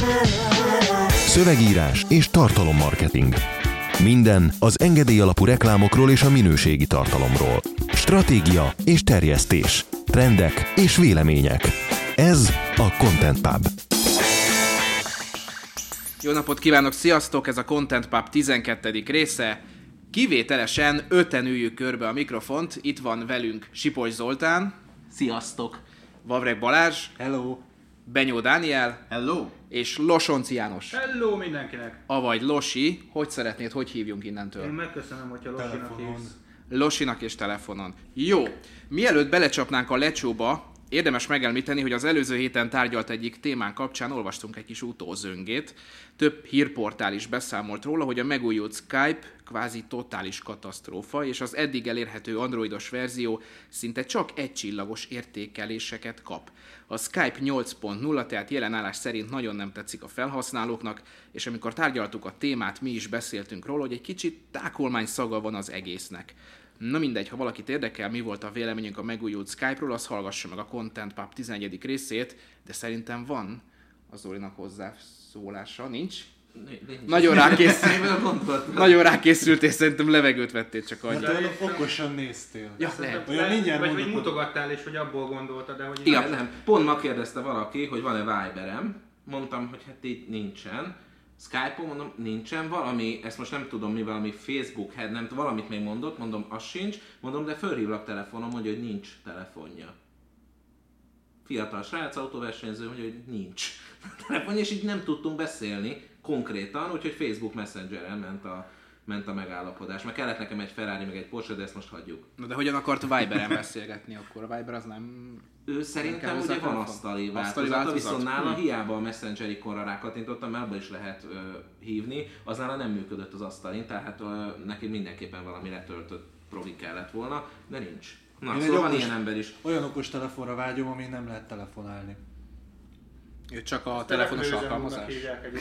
Szövegírás és tartalommarketing. Minden az engedély alapú reklámokról és a minőségi tartalomról. Stratégia és terjesztés. Trendek és vélemények. Ez a Content Pub. Jó napot kívánok, sziasztok! Ez a Content Pub 12. része. Kivételesen 5-en üljük körbe a mikrofont. Itt van velünk Sipos Zoltán. Sziasztok! Vavreg Balázs. Hello! Benyó Dániel. Hello! És Losonci János. Hello mindenkinek! Avagy Losi. Hogy szeretnéd, hogy hívjunk innentől? Én megköszönöm, hogyha Losinak hívsz. Losinak és telefonon. Jó. Mielőtt belecsapnánk a lecsóba, érdemes megemlíteni, hogy az előző héten tárgyalt egyik témán kapcsán olvastunk egy kis utózöngét. Több hírportál is beszámolt róla, hogy a megújult Skype kvázi totális katasztrófa, és az eddig elérhető androidos verzió szinte csak egycsillagos értékeléseket kap. A Skype 8.0 tehát jelen állás szerint nagyon nem tetszik a felhasználóknak, és amikor tárgyaltuk a témát, mi is beszéltünk róla, hogy egy kicsit tákolmány szaga van az egésznek. Na mindegy, ha valakit érdekel, mi volt a véleményünk a megújult Skype-ról, az hallgassa meg a Content Pub 11. részét, de szerintem van az Zolinak hozzászólása, nincs? Nagyon rákészült, és szerintem levegőt vettél csak annyit. Mert okosan néztél. Ja, lehet. Vagy mutogattál is, hogy abból gondoltad, de hogy... Igen, nem. Pont ma kérdezte valaki, hogy van-e Viberem. Mondtam, hogy hát így nincsen. Skype-on mondom, nincsen. Valami, ezt most nem tudom mi, valami Facebook head, nem tudom, valamit még mondott, mondom, az sincs. Mondom, de fölhívlak telefonom, mondja, hogy nincs telefonja. Fiatal srác, autóversenyző, mondja, hogy nincs telefonja, és így nem tudtunk beszélni konkrétan, úgyhogy Facebook Messengeren ment a megállapodás. Meg kellett nekem egy Ferrari, meg egy Porsche, de ezt most hagyjuk. Na de hogyan akart Viberen beszélgetni akkor? A Viber az nem... Ő szerintem ugye van asztali változata, viszont nála hiába a Messenger ikonra rákattintottam, mert abban is lehet hívni, az nála nem működött az asztalin, tehát neki mindenképpen valami letöltött provi kellett volna, de nincs. Na, szóval van ilyen ember is. Olyan okos telefonra vágyom, amin nem lehet telefonálni. Ő csak a telefonos alkalmazás?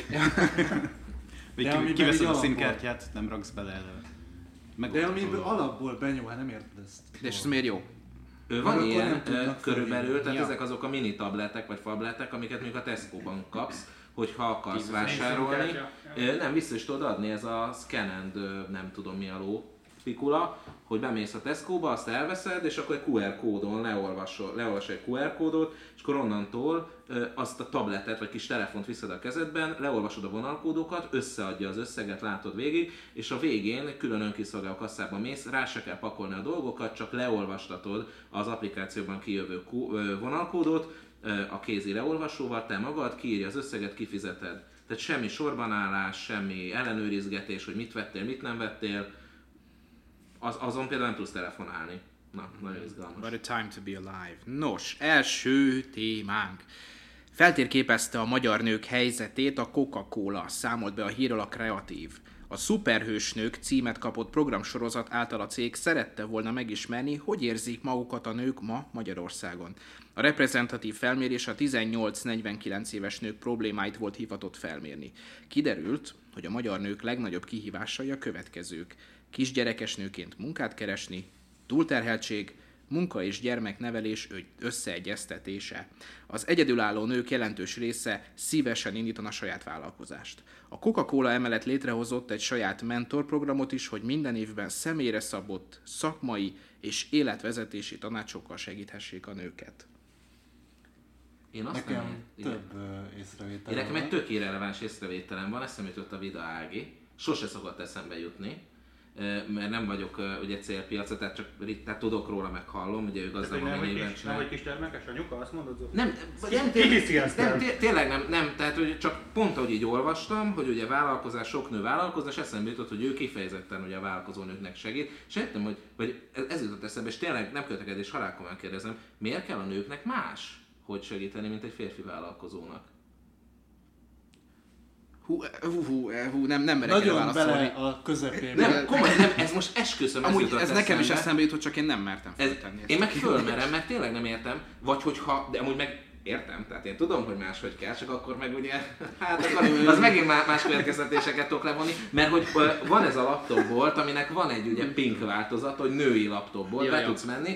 Kiveszed a színkártyát, nem raksz bele elő. De amiből alapból Benyó, hát nem érted ezt. De és ez miért jó? Van ilyen körülbelül, tehát ezek azok a mini tabletek vagy fabletek, amiket mondjuk a Tesco-ban kapsz, hogyha akarsz vásárolni. Nem, vissza is tudod adni, ez a scan and nem tudom mi a ló pikula, hogy bemész a Tesco-ba, azt elveszed, és akkor egy QR kódon leolvas egy QR kódot, és akkor onnantól azt a tabletet vagy kis telefont viszed a kezedben, leolvasod a vonalkódokat, összeadja az összeget, látod végig, és a végén külön önkiszolgáló kasszába mész, rá se kell pakolni a dolgokat, csak leolvastatod az applikációban kijövő vonalkódot a kézi leolvasóval, te magad, kiírja az összeget, kifizeted. Tehát semmi sorbanállás, semmi ellenőrizgetés, hogy mit vettél, mit nem vettél. Azon például nem tudsz telefonálni. Na, nagyon izgalmas. What a time to be alive. Nos, első témánk. Feltérképezte a magyar nők helyzetét a Coca-Cola, számolt be a hírről a Kreatív. A Szuperhősnők címet kapott programsorozat által a cég szerette volna megismerni, hogy érzik magukat a nők ma Magyarországon. A reprezentatív felmérés a 18-49 éves nők problémáit volt hivatott felmérni. Kiderült, hogy a magyar nők legnagyobb kihívásai a következők. Kisgyerekes nőként munkát keresni, túlterheltség, munka és gyermeknevelés összeegyeztetése. Az egyedülálló nők jelentős része szívesen indítana saját vállalkozást. A Coca-Cola emellett létrehozott egy saját mentorprogramot is, hogy minden évben személyre szabott, szakmai és életvezetési tanácsokkal segíthessék a nőket. Én azt nekem több észrevételem. Nekem egy tök irreleváns észrevételem van, eszembe jutott a Vida Ági. Sose szokott eszembe jutni, mert nem vagyok ugye célpiacra, tehát tudok róla, meg hallom, ugye ő gazdagon néven csinál. Nem vagy kistermelkes anyuka, azt mondod? Nem, tényleg nem, tehát hogy csak pont ahogy így olvastam, hogy ugye vállalkozás, sok nő vállalkozna, és eszembe jutott, hogy ő kifejezetten ugye a vállalkozó nőknek segít, és értem, hogy ez jutott eszembe, és tényleg nem kötekedés, halálkomolyan kérdezem, miért kell a nőknek más, hogy segíteni, mint egy férfi vállalkozónak? Nem merek nagyon erre válaszolni. bele a közepén. Nem, komolyan, nem, ez most esküszöm, amúgy ez nekem is eszembe jutott, csak én nem mertem feltenni. Én meg fölmerem, mert tényleg nem értem, vagy hogyha, de amúgy meg értem, tehát én tudom, hogy máshogy kell, csak akkor meg ugye, hát akkor az megint más következtetéseket tudok levonni, mert hogy van ez a laptop volt, aminek van egy ugye pink változat, hogy női laptop volt, be tudsz menni,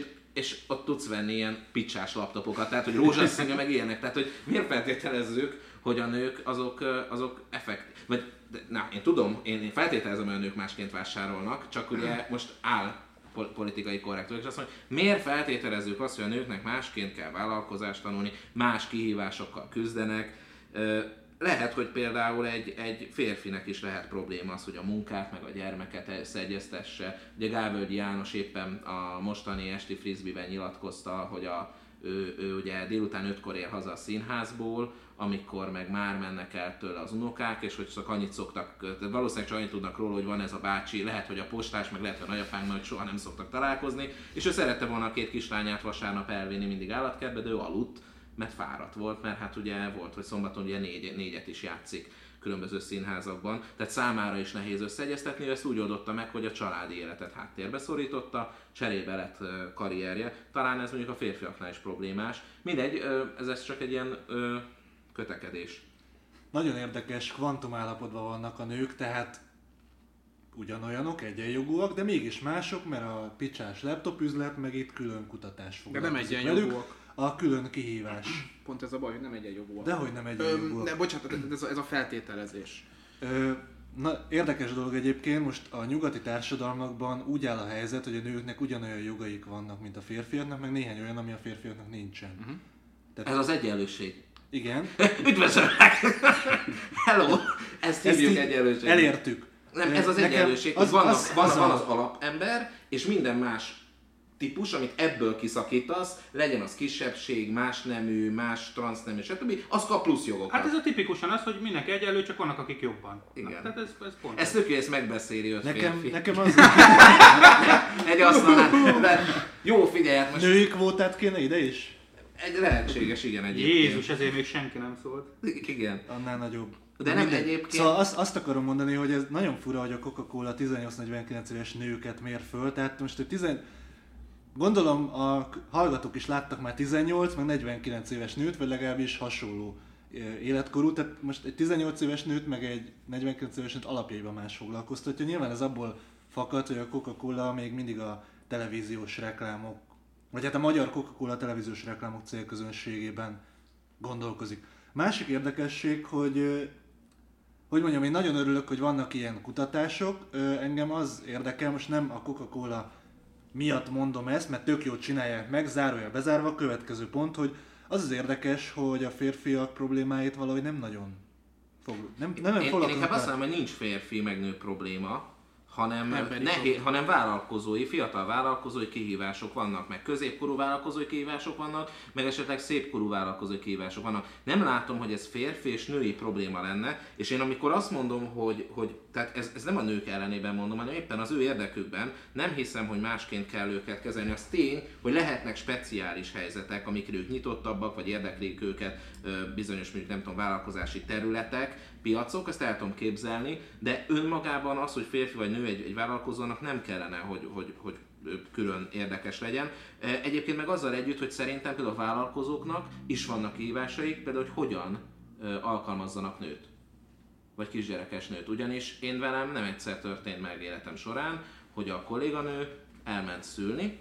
és ott tudsz venni ilyen picsás laptopokat, tehát hogy rózsaszínű meg ilyenek, tehát hogy miért feltételezzük, hogy a nők azok effektív, vagy én tudom, én feltételezem, hogy a nők másként vásárolnak, csak ugye most áll politikai korrektúr, és azt mondja, miért feltételezzük azt, hogy a nőknek másként kell vállalkozást tanulni, más kihívásokkal küzdenek. Lehet, hogy például egy férfinek is lehet probléma az, hogy a munkát meg a gyermeket összeegyeztesse. Ugye Gálvölgyi János éppen a mostani esti frisbee-ben nyilatkozta, hogy ő ugye délután 5-kor ér haza a színházból, amikor meg már mennek el tőle az unokák, és hogy csak annyit szoktak, valószínűleg csak annyit tudnak róla, hogy van ez a bácsi, lehet, hogy a postás, meg lehet, hogy a nagyapánk, hogy soha nem szoktak találkozni, és ő szerette volna a 2 kislányát vasárnap elvinni mindig állatkertbe, de ő aludt, mert fáradt volt, mert hát ugye volt, hogy szombaton ugye 4-et is játszik különböző színházakban, tehát számára is nehéz összeegyeztetni, ő ezt úgy oldotta meg, hogy a családi életet háttérbe szorította, cserébe lett karrierje, talán ez mondjuk a férfiaknál is problémás. Mindegy, ez csak egy ilyen kötekedés. Nagyon érdekes kvantumállapotban vannak a nők, tehát ugyanolyanok, egyenjogúak, de mégis mások, mert a picsás laptopüzlet meg itt külön kutatás foglalkozik. De nem egyenjogúak. A külön kihívás. Pont ez a baj, hogy nem egyenjogúak. Dehogy nem egyenjogúak. Bocsánat, ez a feltételezés. Érdekes dolog egyébként, most a nyugati társadalmakban úgy áll a helyzet, hogy a nőknek ugyanolyan jogaik vannak, mint a férfiaknak, meg néhány olyan, ami a férfiaknak nincsen. Tehát ez az egyenlőség. Igen. Üdvözöllek! Hello! Ezt hívjuk egyenlőségnek. Elértük. Nem, ez az egyenlőség, hogy van az alapember, és minden más típus, amit ebből kiszakítasz, legyen az kisebbség, más nemű, más transznemű, stb., az kap plusz jogokat. Hát ez a tipikusan az, hogy mindenki egyenlő, csak vannak akik jobban. Igen. Na, tehát ez pont. Ezt tök jó, ezt megbeszéli 5 férfi. Nekem az... Egy asztalán. De jó, figyelj, hát most... Női kvótát kéne ide is? Egy lehetséges, igen, egyébként. Jézus, ezért még senki nem szólt. Igen. Annál nagyobb. De nem egyébként... Szóval azt akarom mondani, hogy ez nagyon fura, hogy a Coca-Cola 18-49 éves nőket mér föl, tehát most gondolom a hallgatók is láttak már 18, meg 49 éves nőt, vagy legalábbis hasonló életkorú, tehát most egy 18 éves nőt, meg egy 49 éves nőt alapjaiban más foglalkoztatja. Nyilván ez abból fakad, hogy a Coca-Cola még mindig a televíziós reklámok, vagy hát a magyar Coca-Cola televíziós reklámok célközönségében gondolkozik. Másik érdekesség, hogy mondjam, én nagyon örülök, hogy vannak ilyen kutatások, engem az érdekel, most nem a Coca-Cola miatt mondom ezt, mert tök jót csinálják meg, zárója bezárva, következő pont, hogy az érdekes, hogy a férfiak problémáit valahogy nem nagyon foglalkoznak. Én inkább azt mondom, hogy nincs férfi meg nő probléma, hanem vállalkozói, fiatal vállalkozói kihívások vannak, meg középkorú vállalkozói kihívások vannak, meg esetleg szépkorú vállalkozói kihívások vannak. Nem látom, hogy ez férfi és női probléma lenne, és én amikor azt mondom, hogy tehát ez nem a nők ellenében mondom, hanem éppen az ő érdekükben, nem hiszem, hogy másként kell őket kezelni. Az tény, hogy lehetnek speciális helyzetek, amikre ők nyitottabbak, vagy érdeklik őket bizonyos, mondjuk nem tudom, vállalkozási területek, piacok, ezt el tudom képzelni, de önmagában az, hogy férfi vagy nő egy vállalkozónak nem kellene, hogy külön érdekes legyen. Egyébként meg azzal együtt, hogy szerintem például a vállalkozóknak is vannak kihívásaik, például, hogy hogyan alkalmazzanak nőt, vagy kisgyerekes nőt. Ugyanis én velem nem egyszer történt meg életem során, hogy a kolléganő elment szülni,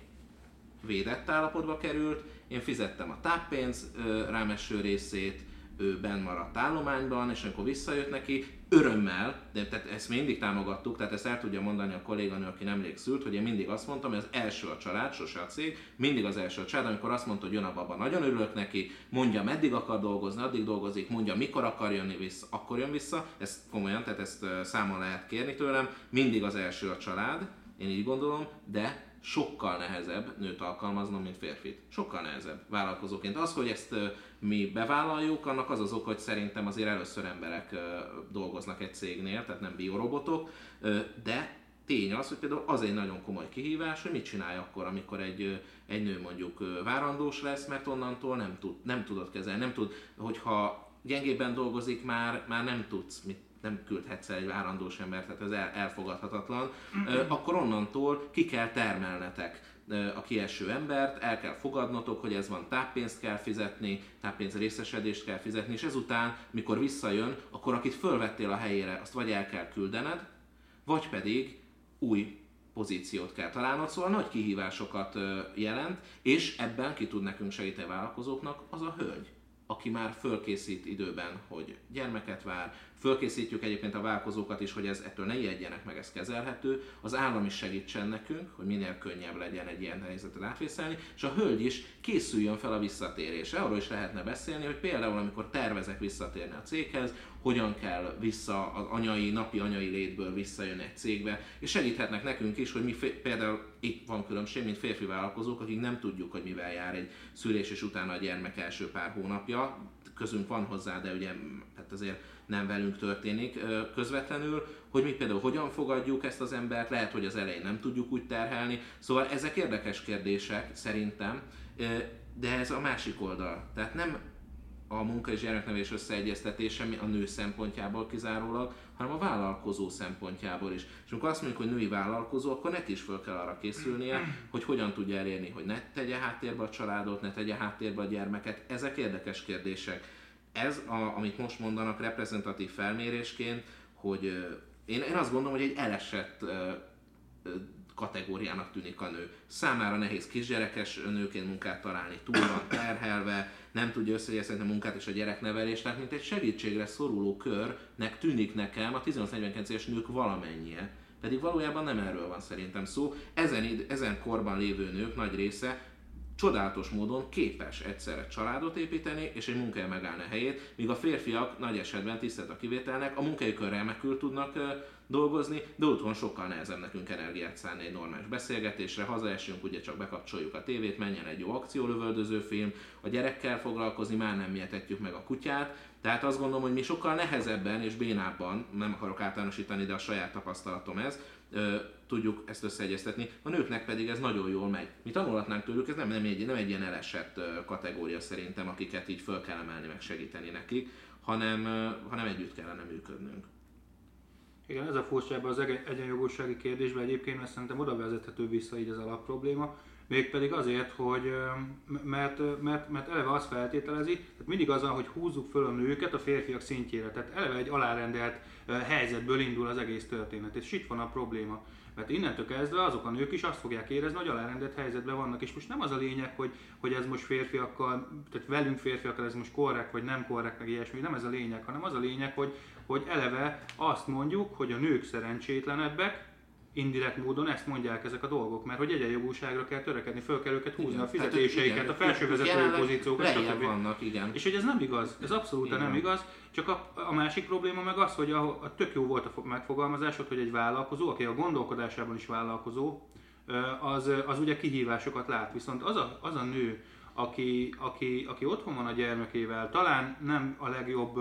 védett állapotba került, én fizettem a táppénz rámeső részét, ő benn maradt állományban, és amikor visszajött neki, örömmel, de tehát ezt mindig támogattuk, tehát ezt el tudja mondani a kolléganő, aki nemrég szült, hogy én mindig azt mondtam, hogy az első a család, sose a cég, mindig az első a család, amikor azt mondta, hogy jön a baba, nagyon örülök neki, mondja, meddig akar dolgozni, addig dolgozik, mondja, mikor akar jönni vissza, akkor jön vissza, ezt komolyan, tehát ezt számon lehet kérni tőlem, mindig az első a család, én így gondolom, de sokkal nehezebb nőt alkalmaznom, mint férfit. Sokkal nehezebb vállalkozóként. Az, hogy ezt mi bevállaljuk, annak az az oka, hogy szerintem azért először emberek dolgoznak egy cégnél, tehát nem biorobotok, de tény az, hogy például az egy nagyon komoly kihívás, hogy mit csinálj akkor, amikor egy nő mondjuk várandós lesz, mert onnantól nem tudod kezelni, nem tud, hogyha gyengébben dolgozik, már nem tudsz nem küldhetsz el egy várandós embert, tehát ez elfogadhatatlan, akkor onnantól ki kell termelnetek a kieső embert, el kell fogadnotok, hogy ez van, táppénzt kell fizetni, táppénz részesedést kell fizetni, és ezután, mikor visszajön, akkor akit fölvettél a helyére, azt vagy el kell küldened, vagy pedig új pozíciót kell találnod, szóval nagy kihívásokat jelent, és ebben ki tud nekünk segíteni vállalkozóknak az a hölgy. aki már fölkészít időben, hogy gyermeket vár, fölkészítjük egyébként a vállalkozókat is, hogy ettől ne ijedjenek meg, ez kezelhető, az állam is segítsen nekünk, hogy minél könnyebb legyen egy ilyen helyzetet átvészelni, és a hölgy is készüljön fel a visszatérésre. Arról is lehetne beszélni, hogy például amikor tervezek visszatérni a céghez, hogyan kell vissza az napi anyai létből visszajönni egy cégbe, és segíthetnek nekünk is, hogy mi például itt van különbség, mint férfi vállalkozók, akik nem tudjuk, hogy mivel jár egy szülés és utána a gyermek első pár hónapja, közünk van hozzá, de ugye hát azért nem velünk történik közvetlenül, hogy mi például hogyan fogadjuk ezt az embert, lehet, hogy az elején nem tudjuk úgy terhelni, szóval ezek érdekes kérdések szerintem, de ez a másik oldal, tehát nem a munka és gyermeknevelés összeegyeztetése a nő szempontjából kizárólag, hanem a vállalkozó szempontjából is. És amikor azt mondjuk, hogy női vállalkozó, akkor neki is föl kell arra készülnie, hogy hogyan tudja elérni, hogy ne tegye háttérbe a családot, ne tegye háttérbe a gyermeket. Ezek érdekes kérdések. Ez, amit most mondanak reprezentatív felmérésként, hogy én azt gondolom, hogy egy elesett kategóriának tűnik a nő. Számára nehéz kisgyerekes nőként munkát találni, túl van terhelve, nem tudja összeegyeztetni a munkát és a gyereknevelést, tehát mint egy segítségre szoruló körnek tűnik nekem a 18-49 éves nők valamennyie. Pedig valójában nem erről van szerintem szó. Ezen korban lévő nők nagy része csodálatos módon képes egyszerre családot építeni és egy munkahely megállni a helyét, míg a férfiak nagy esetben, tisztelt a kivételnek, a munkahelyükön remekül tudnak dolgozni, de otthon sokkal nehezebb nekünk energiát szánni egy normális beszélgetésre, hazaesünk, ugye csak bekapcsoljuk a tévét, menjen egy jó akciólövöldöző film, a gyerekkel foglalkozni, már nem mietetjük meg a kutyát, tehát azt gondolom, hogy mi sokkal nehezebben és bénábban, nem akarok általánosítani, de a saját tapasztalatom ez, tudjuk ezt összeegyeztetni, a nőknek pedig ez nagyon jól megy. Mi tanulhatnánk tőlük, ez nem egy ilyen elesett kategória szerintem, akiket így föl kell emelni, meg segíteni nekik, hanem együtt kellene működnünk. Igen, ez a furcsa ebben az egyenjogúsági kérdésben egyébként, mert szerintem oda vezethető vissza így az alapprobléma, mégpedig azért, hogy mert eleve azt feltételezi, tehát mindig az van, hogy húzzuk föl a nőket a férfiak szintjére, tehát eleve egy alárendelt helyzetből indul az egész történet, és itt van a probléma. Mert innentől kezdve azok a nők is azt fogják érezni, hogy alárendelt helyzetben vannak, és most nem az a lényeg, hogy ez most férfiakkal, tehát velünk férfiakkal ez most korrekt, vagy nem korrekt, meg ilyesmi, nem ez a lényeg, hanem az a lényeg, hogy eleve azt mondjuk, hogy a nők szerencsétlenebbek, indirekt módon ezt mondják ezek a dolgok, mert hogy egyenjogúságra kell törekedni, föl kell őket húzni, a fizetéseiket, a felsővezetői pozíciókat, stb. Vannak, igen. És hogy ez nem igaz, ez abszolút nem igaz, csak a másik probléma meg az, hogy a tök jó volt a megfogalmazásod, hogy egy vállalkozó, aki a gondolkodásában is vállalkozó, az ugye kihívásokat lát, viszont az a nő, aki otthon van a gyermekével, talán nem a legjobb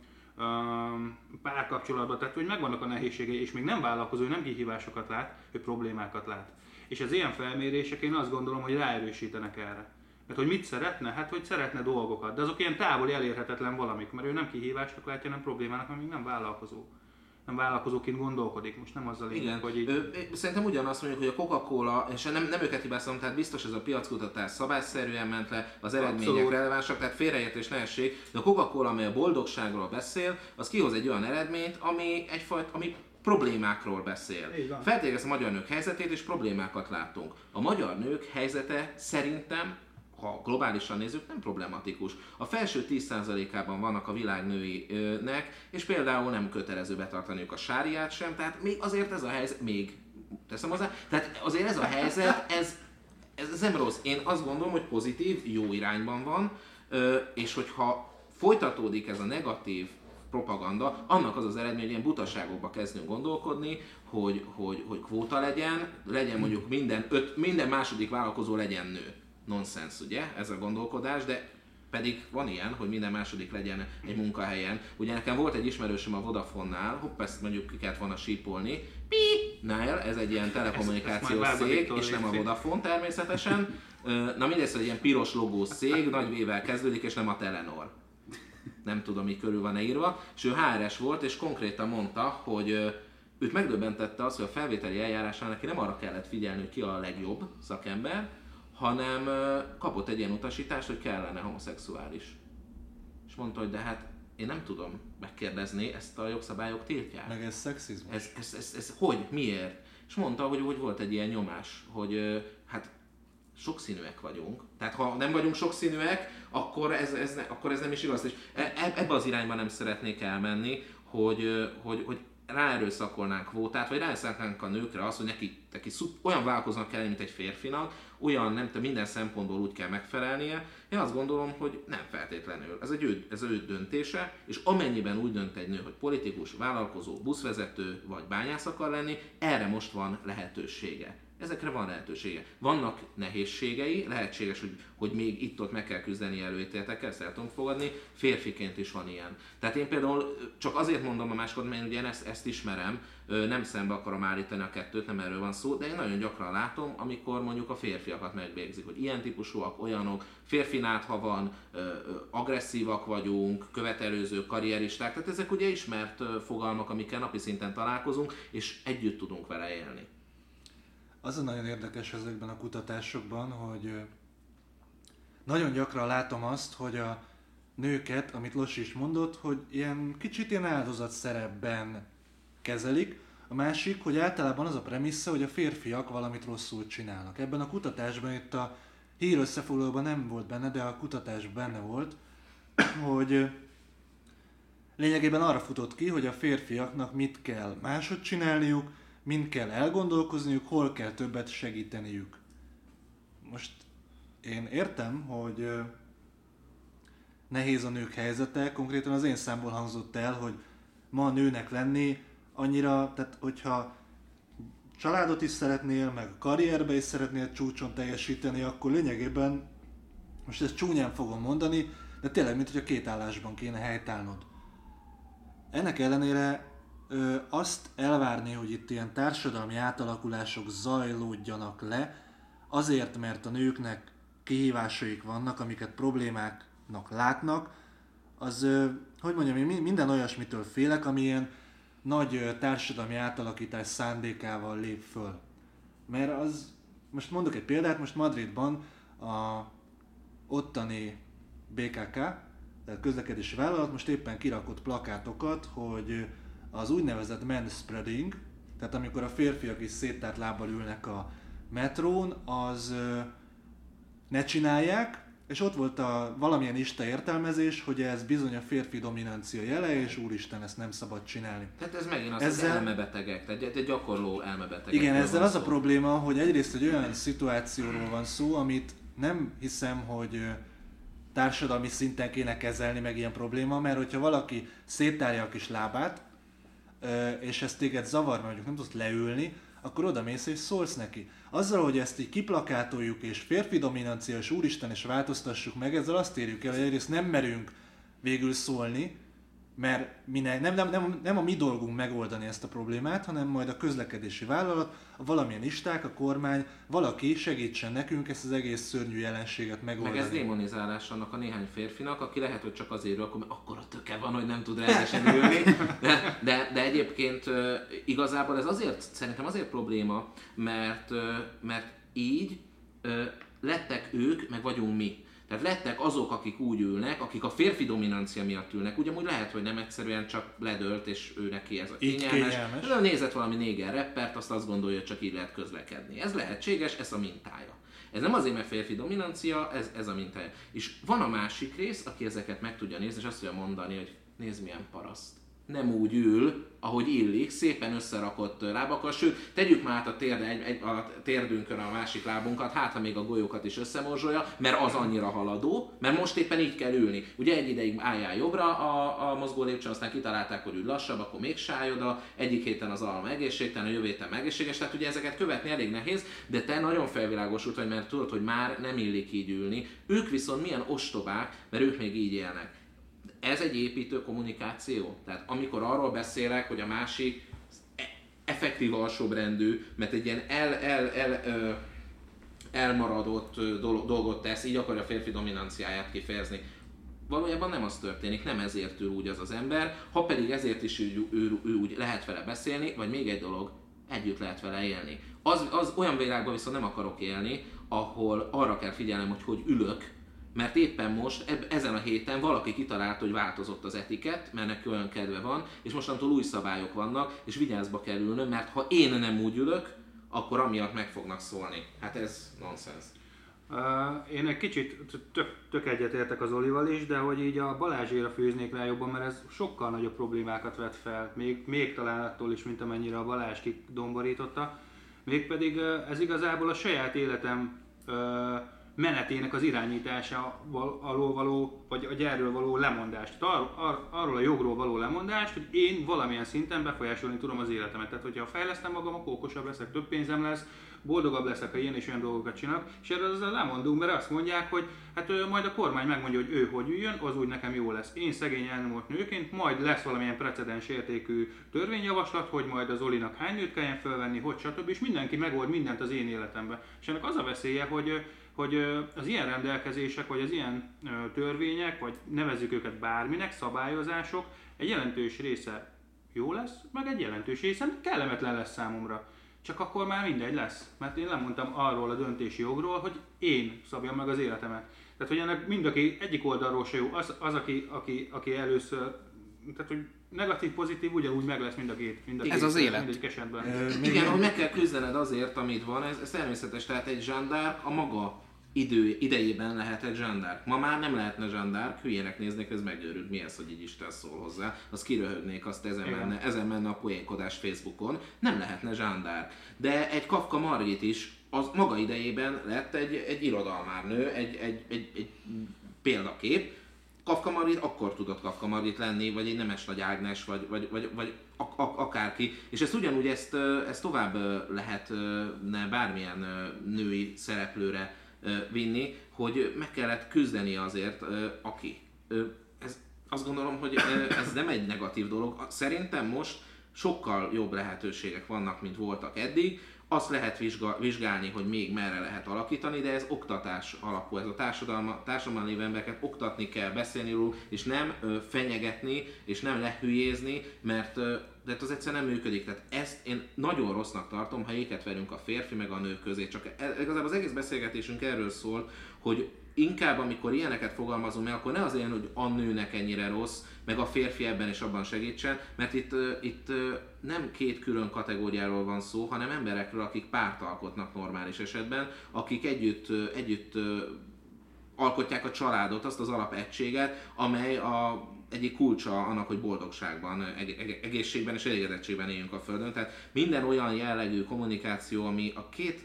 párkapcsolatban, tehát hogy megvannak a nehézségei, és még nem vállalkozó, nem kihívásokat lát, ő problémákat lát. És az ilyen felmérések én azt gondolom, hogy ráerősítenek erre. Mert hogy mit szeretne? Hát, hogy szeretne dolgokat, de azok ilyen távoli elérhetetlen valamik, mert ő nem kihívásnak látja, nem problémának, mert még nem vállalkozó. Nem vállalkozóként gondolkodik, most nem azzal lényeg, hogy így... Szerintem ugyanazt mondjuk, hogy a Coca-Cola, és nem őket hibázom, tehát biztos ez a piackutatás szabályszerűen ment le, az eredmények relevánsak, tehát félreértés ne essék, de a Coca-Cola, amely a boldogságról beszél, az kihoz egy olyan eredményt, ami problémákról beszél. Feltérjük a magyar nők helyzetét, és problémákat látunk. A magyar nők helyzete szerintem, ha globálisan nézzük, nem problematikus. A felső 10%-ában vannak a világ nőinek, és például nem kötelező betartaniuk a sáriát sem, tehát még azért ez a helyzet, teszem hozzá, tehát azért ez a helyzet, ez nem rossz. Én azt gondolom, hogy pozitív, jó irányban van, és hogyha folytatódik ez a negatív propaganda, annak az az eredmény, hogy ilyen butaságokba kezdünk gondolkodni, hogy kvóta legyen mondjuk minden második vállalkozó legyen nő. Nonsens, ugye, ez a gondolkodás, de pedig van ilyen, hogy minden második legyen egy munkahelyen. Ugye nekem volt egy ismerősöm a Vodafone-nál, ezt mondjuk ki kellett volna sípolni, Nile, ez egy ilyen telekommunikációs cég, és nem a Vodafone természetesen. Na mindegy, hogy egy ilyen piros logós cég, nagy V-vel kezdődik, és nem a Telenor. Nem tudom, így körül van-e írva. És ő HRS volt, és konkrétan mondta, hogy őt megdöbbentette az, hogy a felvételi eljárásnál neki nem arra kellett figyelni, hogy ki a legjobb szakember, hanem kapott egy ilyen utasítást, hogy kellene homoszexuális. És mondta, hogy de hát én nem tudom megkérdezni, ezt a jogszabályok tiltják. Meg ez szexizmus. Ez hogy? Miért? És mondta, hogy volt egy ilyen nyomás, hogy hát sokszínűek vagyunk. Tehát ha nem vagyunk sokszínűek, akkor ez nem is igaz. És ebbe az irányba nem szeretnék elmenni, hogy ráerőszakolnánk kvótát, vagy ráerőszakolnánk a nőkre azt, hogy neki olyan vállalkozónak kell lenni, mint egy férfinak, olyan nem tudom, minden szempontból úgy kell megfelelnie. Én azt gondolom, hogy nem feltétlenül. Ez ő döntése, és amennyiben úgy dönt egy nő, hogy politikus, vállalkozó, buszvezető vagy bányász akar lenni, erre most van lehetősége. Ezekre van lehetősége. Vannak nehézségei, lehetséges, hogy még itt-ott meg kell küzdeni előítéletekkel, ezt el tudom fogadni, férfiként is van ilyen. Tehát én például csak azért mondom a másikat, mert ugye én ezt ismerem, nem szembe akarom állítani a kettőt, nem erről van szó, de én nagyon gyakran látom, amikor mondjuk a férfiakat megbélyegzik, hogy ilyen típusúak, olyanok, férfinát, ha van, agresszívak vagyunk, követelőzők, karrieristák, tehát ezek ugye ismert fogalmak, amikkel napi szinten találkozunk, és együtt tudunk vele élni. Az a nagyon érdekes ezekben a kutatásokban, hogy nagyon gyakran látom azt, hogy a nőket, amit Losi is mondott, hogy kicsit ilyen áldozatszerepben kezelik. A másik, hogy általában az a premissza, hogy a férfiak valamit rosszul csinálnak. Ebben a kutatásban, itt a hír összefoglalóban nem volt benne, de a kutatásban benne volt, hogy lényegében arra futott ki, hogy a férfiaknak mit kell máshogy csinálniuk, mind kell elgondolkozniuk, hol kell többet segíteniük. Most én értem, hogy nehéz a nők helyzete, konkrétan az én számból hangzott el, hogy ma nőnek lenni annyira, tehát hogyha családot is szeretnél, meg a karrierbe is szeretnél csúcson teljesíteni, akkor lényegében, most ezt csúnyán fogom mondani, de tényleg, mint hogy a két állásban kéne helytállnod. Ennek ellenére azt elvárni, hogy itt ilyen társadalmi átalakulások zajlódjanak le, azért, mert a nőknek kihívásaik vannak, amiket problémáknak látnak, az, hogy mondjam, én minden olyasmitől félek, ami ilyen nagy társadalmi átalakítás szándékával lép föl. Mert az, most mondok egy példát, most Madridban a ottani BKK, tehát közlekedési vállalat most éppen kirakott plakátokat, hogy az úgynevezett manspreading, tehát amikor a férfiak is széttárt lábbal ülnek a metrón, az ne csinálják, és ott volt valamilyen ista értelmezés, hogy ez bizony a férfi dominancia jele, és úristen, ezt nem szabad csinálni. Tehát ez megint az elmebetegek, tehát egy gyakorló elmebetegek. Igen, ezzel az a probléma, hogy egyrészt egy olyan szituációról van szó, amit nem hiszem, hogy társadalmi szinten kéne kezelni meg ilyen probléma, mert hogyha valaki széttárja a kis lábát, és ezt téged zavar, mert mondjuk nem tudsz leülni, akkor odamész és szólsz neki. Azzal, hogy ezt így kiplakátoljuk, és férfi dominancia, és úristen, és változtassuk meg, ezzel azt érjük el, hogy egyrészt nem merünk végül szólni, mert nem a mi dolgunk megoldani ezt a problémát, hanem majd a közlekedési vállalat, a valamilyen isták, a kormány, valaki segítsen nekünk ezt az egész szörnyű jelenséget megoldani. Meg ez démonizálás annak a néhány férfinak, aki lehet, hogy csak azért akkor, mert akkora töke van, hogy nem tud rendesen ülni. De egyébként igazából ez szerintem azért probléma, mert így lettek ők, meg vagyunk mi. Tehát lettek azok, akik úgy ülnek, akik a férfi dominancia miatt ülnek, ugyanúgy lehet, hogy nem egyszerűen csak ledölt, és ő neki ez a kényelmes. De nézett valami néger rappert, azt gondolja, hogy csak így lehet közlekedni. Ez lehetséges, ez a mintája. Ez nem azért, mert férfi dominancia, ez a mintája. És van a másik rész, aki ezeket meg tudja nézni, és azt tudja mondani, hogy nézd milyen paraszt. Nem úgy ül, ahogy illik, szépen összerakott lábakkal, sőt, tegyük már át a térdünkön a másik lábunkat, hát ha még a golyókat is összemorzsolja, mert az annyira haladó, mert most éppen így kell ülni. Ugye egy ideig álljál jobbra a mozgó lépcsőn, aztán kitalálták, hogy ülj lassabb, akkor még sállj oda, egyik héten az alma egészségtelen, a jövő héten egészséges, tehát ugye ezeket követni elég nehéz, de te nagyon felvilágosult vagy, mert tudod, hogy már nem illik így ülni. Ők viszont milyen ostobák, mert ők még így élnek. Ez egy építő kommunikáció. Tehát amikor arról beszélek, hogy a másik effektív alsóbrendű, mert egy ilyen elmaradott dolgot tesz, így akarja a férfi dominanciáját kifejezni. Valójában nem az történik, nem ezért ül úgy az ember, ha pedig ezért is ő úgy lehet vele beszélni, vagy még egy dolog, együtt lehet vele élni. Az olyan világban viszont nem akarok élni, ahol arra kell figyelnem, hogy ülök, mert éppen most, ezen a héten valaki kitalálta, hogy változott az etikett, mert neki olyan kedve van, és mostantól új szabályok vannak, és vigyázba kell ülnöm, mert ha én nem úgy ülök, akkor amiatt meg fognak szólni. Hát ez nonsens. Én egy kicsit tök egyetértek az Olival is, de hogy így a Balázséra fűznék rá jobban, mert ez sokkal nagyobb problémákat vet fel, még talán attól is, mint amennyire a Balázs kidomborította. Mégpedig ez igazából a saját életem menetének az irányítása alól való, vagy erről való lemondást. Arról a jogról való lemondást, hogy én valamilyen szinten befolyásolni tudom az életemet. Tehát, hogyha fejlesztem magam, akkor okosabb leszek, több pénzem lesz, boldogabb leszek, ha ilyen és olyan dolgokat csinálok, és erről azzal lemondunk, mert azt mondják, hogy hát majd a kormány megmondja, hogy ő hogy üljön, az úgy nekem jó lesz. Én szegény elnyomott nőként, majd lesz valamilyen precedens értékű törvényjavaslat, hogy majd az Olinak hány nőt kelljen fölvenni, hogy stb. És mindenki megold mindent az én életemben. És ennek az a veszélye, hogy az ilyen rendelkezések, vagy az ilyen törvények, vagy nevezzük őket bárminek, szabályozások, egy jelentős része jó lesz, meg egy jelentős része kellemetlen lesz számomra. Csak akkor már mindegy lesz, mert én lemondtam arról a döntési jogról, hogy én szabjam meg az életemet. Tehát, hogy ennek mindaki egyik oldalról se jó, az aki először, tehát, hogy negatív, pozitív ugyanúgy meg lesz mind a két ez az élet. Mindegyik esetben. Igen, hogy meg kell küzdened azért, amit van, ez természetes, tehát egy zsandár a maga idejében lehet egy zsandár. Ma már nem lehetne zsandár, hülyének néznék, ez megőrült, mi ez, hogy így Isten szól hozzá. Azt kiröhögnék, azt ezen menne a poénkodás Facebookon. Nem lehetne zsandár. De egy Kafka Margit is az maga idejében lett egy irodalmárnő, egy példakép. Kafka Margit akkor tudott Kafka Margit lenni, vagy egy Nemes Nagy Ágnes, vagy akárki. És ezt ugyanúgy ezt tovább lehetne bármilyen női szereplőre vinni, hogy meg kellett küzdeni azért, aki. Azt gondolom, hogy ez nem egy negatív dolog. Szerintem most sokkal jobb lehetőségek vannak, mint voltak eddig. Azt lehet vizsgálni, hogy még merre lehet alakítani, de ez oktatás alapú, ez a társadalomban lévő embereket oktatni kell, beszélni róla, és nem fenyegetni, és nem lehülyézni, mert de az egyszerűen nem működik. Tehát ezt én nagyon rossznak tartom, ha éket verünk a férfi meg a nő közé. Csak igazából az egész beszélgetésünk erről szól, hogy inkább amikor ilyeneket fogalmazunk meg, akkor ne az legyen, hogy a nőnek ennyire rossz, meg a férfi ebben és abban segítsen, mert itt nem két külön kategóriáról van szó, hanem emberekről, akik párt alkotnak normális esetben, akik együtt alkotják a családot, azt az alapegységet, amely egyik kulcsa annak, hogy boldogságban, egészségben és elégedettségben éljünk a Földön. Tehát minden olyan jellegű kommunikáció, ami a két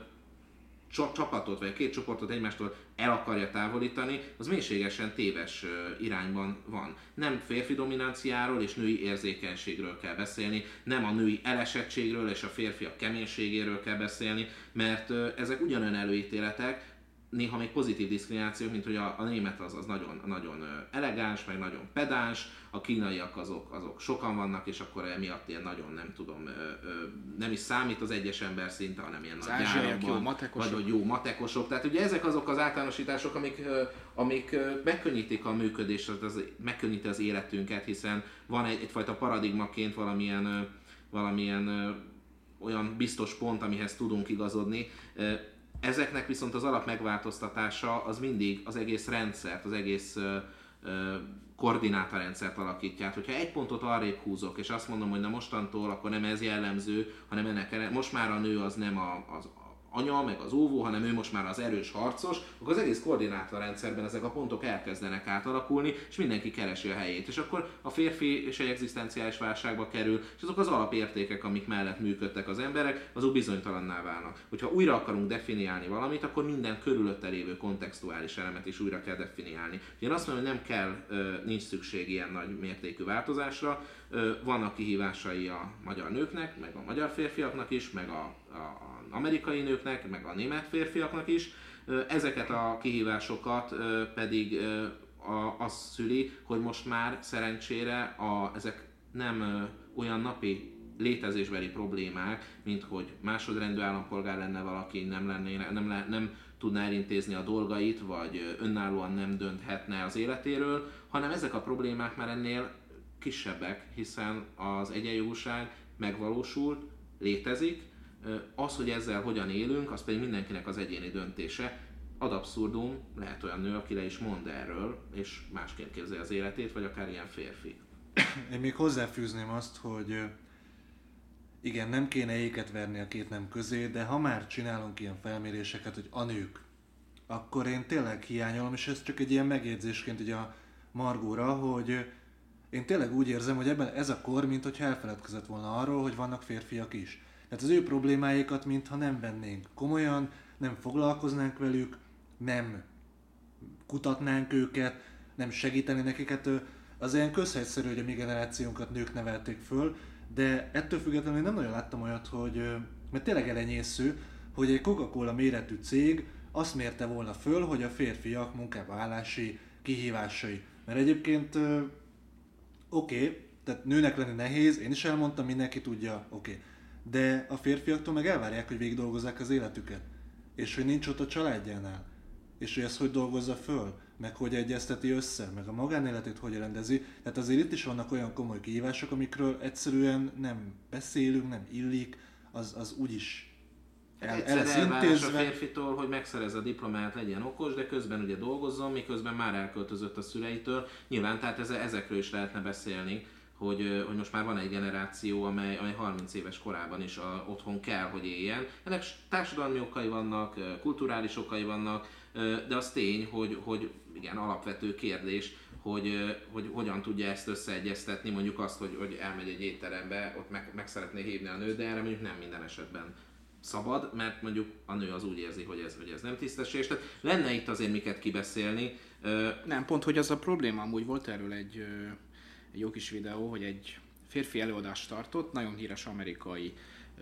csapatot vagy a két csoportot egymástól el akarja távolítani, az mélységesen téves irányban van. Nem férfi dominanciáról és női érzékenységről kell beszélni, nem a női elesettségről és a férfiak keménységéről kell beszélni, mert ezek ugyanolyan előítéletek, néha még pozitív diszkriminációk, mint hogy a német az nagyon, nagyon elegáns, meg nagyon pedáns, a kínaiak azok sokan vannak, és akkor emiatt ilyen nagyon nem tudom, nem is számít az egyes ember szinte, hanem ilyen nagy gyárakban, vagy hogy jó matekosok. Tehát ugye ezek azok az általánosítások, amik megkönnyítik a működést, megkönnyíti az életünket, hiszen van egyfajta paradigmaként valamilyen olyan biztos pont, amihez tudunk igazodni. Ezeknek viszont az alap megváltoztatása az mindig az egész rendszert, az egész koordinátorrendszert alakítja. Hogyha egy pontot arrébb húzok, és azt mondom, hogy na mostantól akkor nem ez jellemző, hanem most már a nő az nem az anya, meg az óvó, hanem ő most már az erős harcos, akkor az egész koordinátorrendszerben ezek a pontok elkezdenek átalakulni, és mindenki keresi a helyét. És akkor a férfi és egy egzisztenciális válságba kerül, és azok az alapértékek, amik mellett működtek az emberek, azok bizonytalanná válnak. Hogyha újra akarunk definiálni valamit, akkor minden körülötte lévő kontextuális elemet is újra kell definiálni. Én azt mondom, hogy nem kell, nincs szükség ilyen nagy mértékű változásra, vannak kihívásai a magyar nőknek, meg a magyar férfiaknak is, meg az amerikai nőknek, meg a német férfiaknak is. Ezeket a kihívásokat pedig az szüli, hogy most már szerencsére ezek nem olyan napi létezésbeli problémák, mint hogy másodrendű állampolgár lenne valaki, nem tudná elintézni a dolgait, vagy önállóan nem dönthetne az életéről, hanem ezek a problémák már ennél kisebbek, hiszen az egyenjogúság megvalósult, létezik. Az, hogy ezzel hogyan élünk, az pedig mindenkinek az egyéni döntése. Ad abszurdum, lehet olyan nő, aki le is mond erről, és másként képzel az életét, vagy akár ilyen férfi. Én még hozzáfűzném azt, hogy igen, nem kéne éket verni a két nem közé, de ha már csinálunk ilyen felméréseket, hogy a nők akkor én tényleg hiányolom, és ez csak egy ilyen megjegyzésként ugye a Margóra, hogy én tényleg úgy érzem, hogy ebben ez a kor, mintha elfeledkezett volna arról, hogy vannak férfiak is. Tehát az ő problémáikat, mintha nem vennénk komolyan, nem foglalkoznánk velük, nem kutatnánk őket, nem segíteni nekiket. Az ilyen közhelyszerű, hogy a mi generációnkat nők nevelték föl, de ettől függetlenül nem nagyon láttam olyat, hogy, mert tényleg elenyésző, hogy egy Coca-Cola méretű cég azt mérte volna föl, hogy a férfiak munkába állási kihívásai. Mert egyébként oké, tehát nőnek lenni nehéz, én is elmondtam, mindenki tudja, oké. De a férfiaktól meg elvárják, hogy végig dolgozzák az életüket. És hogy nincs ott a családjánál. És hogy ezt hogy dolgozza föl, meg hogy egyezteti össze, meg a magánéletét hogy rendezi. Tehát azért itt is vannak olyan komoly kihívások, amikről egyszerűen nem beszélünk, nem illik, az úgyis el lesz intézve. A férfitől, hogy megszerezze a diplomát, legyen okos, de közben ugye dolgozzon, miközben már elköltözött a szüleitől. Nyilván tehát ezekről is lehetne beszélni, hogy most már van egy generáció, amely 30 éves korában is otthon kell, hogy éljen. Ennek társadalmi okai vannak, kulturális okai vannak, de az tény, hogy igen, alapvető kérdés, hogy hogyan tudja ezt összeegyeztetni, mondjuk azt, hogy elmegy egy étterembe, ott meg szeretné hívni a nőt, de erre mondjuk nem minden esetben szabad, mert mondjuk a nő az úgy érzi, hogy ez nem tisztességes. Tehát lenne itt azért miket kibeszélni. Nem, pont hogy az a probléma, amúgy volt erről egy jó kis videó, hogy egy férfi előadást tartott, nagyon híres amerikai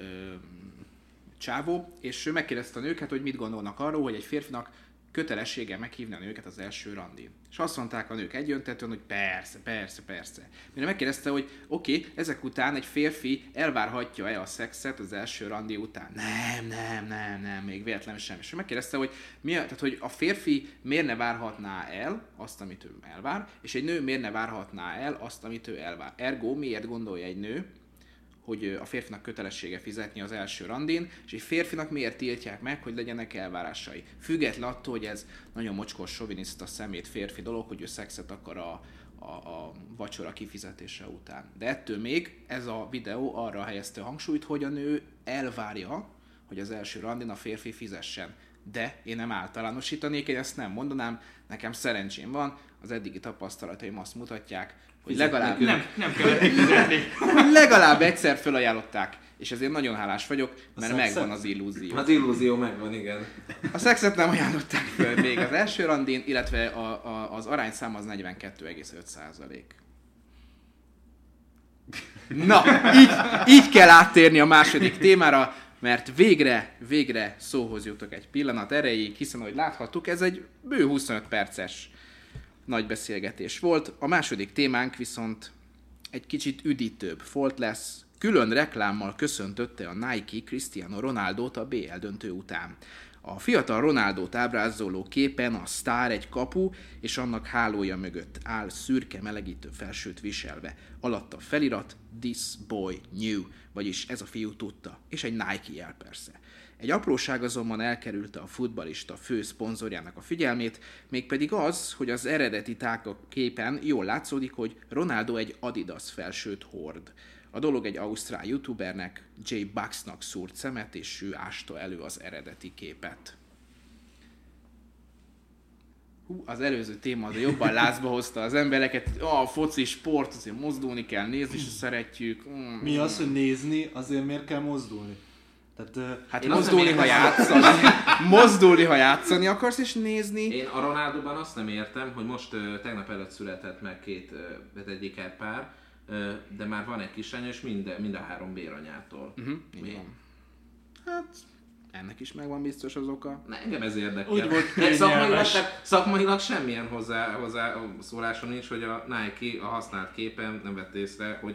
csávó, és ő megkérdezte a nőket, hogy mit gondolnak arról, hogy egy férfinak kötelessége meghívni a nőket az első randin. És azt mondták a nők egyöntetően, hogy persze. Mire megkérdezte, hogy oké, ezek után egy férfi elvárhatja-e a szexet az első randi után? Nem, még véletlenül sem. És megkérdezte, hogy tehát, hogy a férfi miért ne várhatná el azt, amit ő elvár, és egy nő miért ne várhatná el azt, amit ő elvár. Ergo, miért gondolja egy nő, hogy a férfinak kötelessége fizetni az első randin, és egy férfinak miért tiltják meg, hogy legyenek elvárásai. Független attól, hogy ez nagyon mocskos, soviniszta, szemét férfi dolog, hogy ő szexet akar a vacsora kifizetése után. De ettől még ez a videó arra helyezte hangsúlyt, hogy a nő elvárja, hogy az első randin a férfi fizessen. De én nem általánosítanék, én ezt nem mondanám, nekem szerencsém van, az eddigi tapasztalataim azt mutatják, hogy legalább nem kellett fizetni. Legalább egyszer felajánlották, és ezért nagyon hálás vagyok, mert megvan az illúzió. Az illúzió megvan, igen. A szexet nem ajánlották fel még az első randin, illetve az arányszám az 42,5%. Na, így kell áttérni a második témára, mert végre szóhoz jutok egy pillanat erejéig, hiszen ahogy láthattuk, ez egy bő 25 perces nagy beszélgetés volt. A második témánk viszont egy kicsit üdítőbb volt lesz. Külön reklámmal köszöntötte a Nike Cristiano Ronaldót a BL döntő után. A fiatal Ronaldót ábrázoló képen a sztár egy kapu és annak hálója mögött áll szürke melegítő felsőt viselve. Alatta felirat This boy knew, vagyis ez a fiú tudta, és egy Nike jel persze. Egy apróság azonban elkerülte a futballista fő szponzorjának a figyelmét, mégpedig az, hogy az eredeti tága képen jól látszódik, hogy Ronaldo egy Adidas felsőt hord. A dolog egy ausztrál youtubernek, J. Bucksnak szúrt szemet, és ő ásta elő az eredeti képet. Az előző téma az jobban lázba hozta az embereket. A foci, sport, azért mozdulni kell, nézni is szeretjük. Mi az, hogy nézni, azért miért kell mozdulni? Tehát, hát mozdulni, ha játszani akarsz, és nézni. Én a Ronaldóban azt nem értem, hogy most tegnap előtt született meg egy ikerpár, de már van egy kislánya, és mind a három béranyától. Így van. Hát, ennek is megvan biztos az oka. Engem ez érdekel. Úgy volt szakmailag semmilyen hozzászólásom nincs, hogy a Nike a használt képen nem vett észre, hogy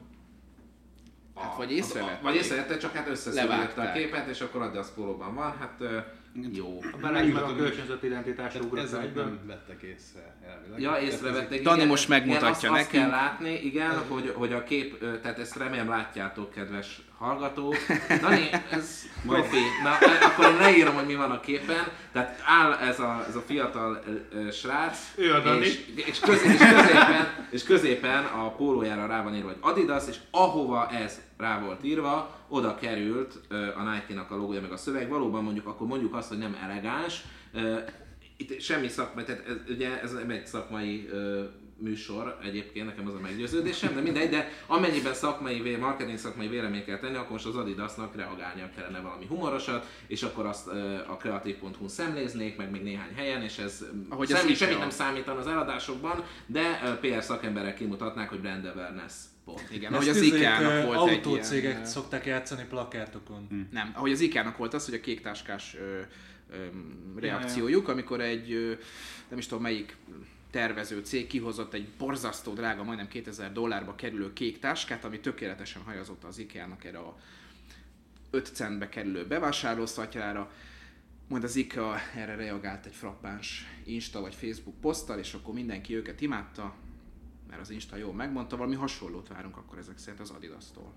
vagy észrevette. Vagy észrevette, csak hát összeszűrte a képet, és akkor Adidas pólóban van, hát jó. Meg a kölcsönzött identitásra ugrott. Ezzel nem vettek észre. Ja, észrevették. Dani most megmutatja nekünk. Azt kell látni, igen, hogy a kép, tehát ezt remélem látjátok, kedves hallgatók. Dani, ez profi. Na, akkor én leírom, hogy mi van a képen. Tehát áll ez a fiatal srác, ő a Dani. És középen a pólójára rá van írva, hogy Adidas, és ahova ez rá volt írva, oda került a Nike-nak a logója meg a szöveg. Valóban mondjuk azt, hogy nem elegáns, Itt semmi szakmai, tehát ugye ez nem egy szakmai műsor egyébként, nekem az a meggyőződésem, de mindegy, de amennyiben marketing szakmai véleményt kell tenni, akkor most az Adidasnak reagálnia kellene valami humorosat, és akkor azt a kreatív.hu-n szemléznék, meg még néhány helyen, és ez semmit nem számítan az eladásokban, de PR szakemberek kimutatnák, hogy brand awareness. Igen, ahogy az IKEA-nak volt egy autócégek szokták játszani plakátokon. Nem, ahogy az IKEA-nak volt az, hogy a kéktáskás reakciójuk, amikor egy, nem is tudom melyik tervező cég kihozott egy borzasztó drága, majdnem $2000 kerülő kék táskát, ami tökéletesen hajazott az IKEA-nak erre a 5 centbe kerülő bevásárlószatyrára. Majd az IKEA erre reagált egy frappáns Insta vagy Facebook poszttal, és akkor mindenki őket imádta, mert az Insta jól megmondta, valami hasonlót várunk akkor ezek szerint az Adidastól.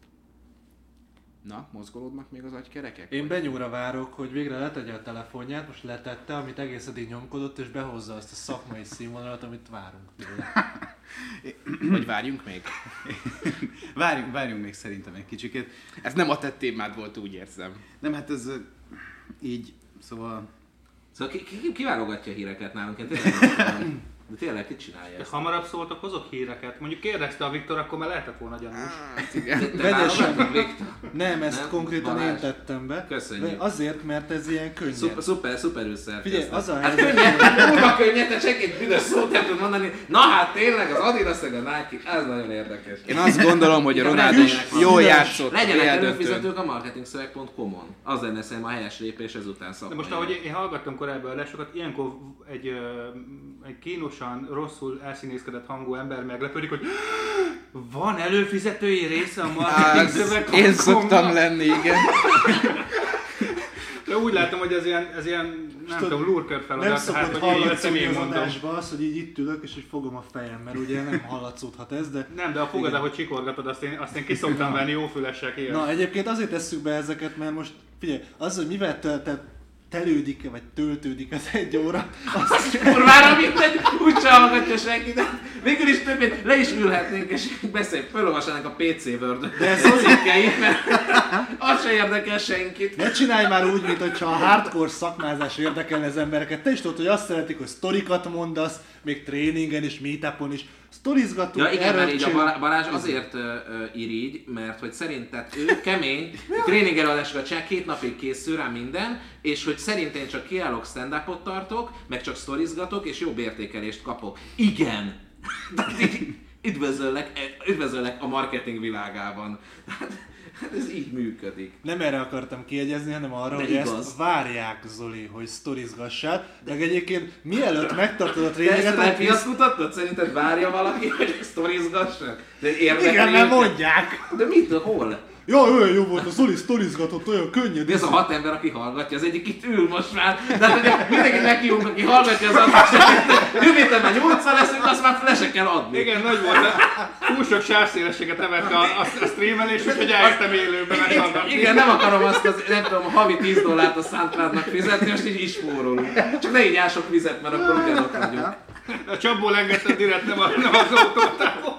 Na, mozgolódnak még az agykerekek? Én Benyúra várok, hogy végre letegye a telefonját, most letette, amit egész eddig nyomkodott, és behozza azt a szakmai színvonalat, amit várunk tőle. Vagy várjunk még? Várjunk még szerintem egy kicsikét. Ez nem a te témád volt, úgy érzem. Nem, hát ez így, szóval... Szóval ki válogatja a híreket nálunk? De tényleg, ki csinálja ezt? Hamarabb szóltak, hozok híreket. Mondjuk kérdezte a Viktor, akkor már lehetett volna gyanús. Vegyesen. Nem, ezt nem? konkrétan Balázs. én tettem be. Köszönjük. Azért, mert ez ilyen könnyed. Szuperül szerkesztett. Figyelj, az a Hát helyzet, könnyed, kurva könnyed, te csak egy büdös szót nem tud mondani. Na hát tényleg, az Adidas meg a Nike, ez nagyon érdekes. Én azt gondolom, hogy a Ronaldo jól játszott. Legyenek előfizetők a marketingszöveg.com-on. Az lenne szerintem a helyes lépés ezután szakmai. De most ahogy én hallgattam korábban a adásokat, ilyenkor egy kínosan, rosszul elszínészkedett hangú ember meglepődik, hogy van előfizetői része a marketingszöveg.com-nak. Én szoktam lenni, igen. De úgy látom, hogy ez ilyen nem tudom, lurker feladat. nem szokott hogy hallatszódni én az mondom. adásba az, hogy így itt ülök, és hogy fogom a fejem, mert ugye nem hallatszódhat ez, de... Nem, de a fogad, ahogy csikorgatod, azt én ki szoktam venni jófülesek ilyen. Na, egyébként azért tesszük be ezeket, mert most figyelj, az, hogy mivel telődik-e, vagy töltődik az 1 óra, Azt kurvára mindegy, úgyse hallgatja senki, de végül is többét le is ülhetnénk, és felolvasnának a PC Word-t. De ez cikkeit, mert az se érdekel senkit. ne csinálj már úgy, mintha a hardcore szakmázás érdekelne az embereket. Te is tudod, hogy azt szeretik, hogy sztorikat mondasz, még tréningen és meetupon is. Sztorizgatunk, Ja igen, mert így a Balázs azért ír így, mert hogy szerinted ő kemény, tréningelőadásokat csinál, 2 napig készül rá minden, és hogy szerint én csak kiállok, stand-upot tartok, meg csak sztorizgatok, és jobb értékelést kapok. Igen! Üdvözöllek a marketing világában. Hát ez így működik. Nem erre akartam kiegyezni, hanem arra, de hogy igaz. ezt várják, Zoli, hogy sztorizgassál. Meg egyébként mielőtt megtartod a De tréninget, ezt neki azt mutattad? Szerinted várja valaki, hogy sztorizgassak? De igen, mert mondják. De mit? Hol? Ja, olyan jó volt, a Zoli sztorizgatott, olyan könnyed. De ez a 6 ember, aki hallgatja, az egyik itt ül most már. De hát ugye mindenki nekihúg, aki hallgatja az adást. Jövő héten már 8-an leszünk, azt már le se kell adni. Igen, nagy volt. Túl sok sávszélességet evett a streamelés, úgyhogy eljöttem élőben meghallgatni. Igen, nem akarom azt az, nem tudom, havi $10 a SoundCloud-nak fizetni, most így spórolunk. Csak ne így ások vizet, mert akkor ugyanott vagyunk. A csapból engedted direkt, nem az autótávon.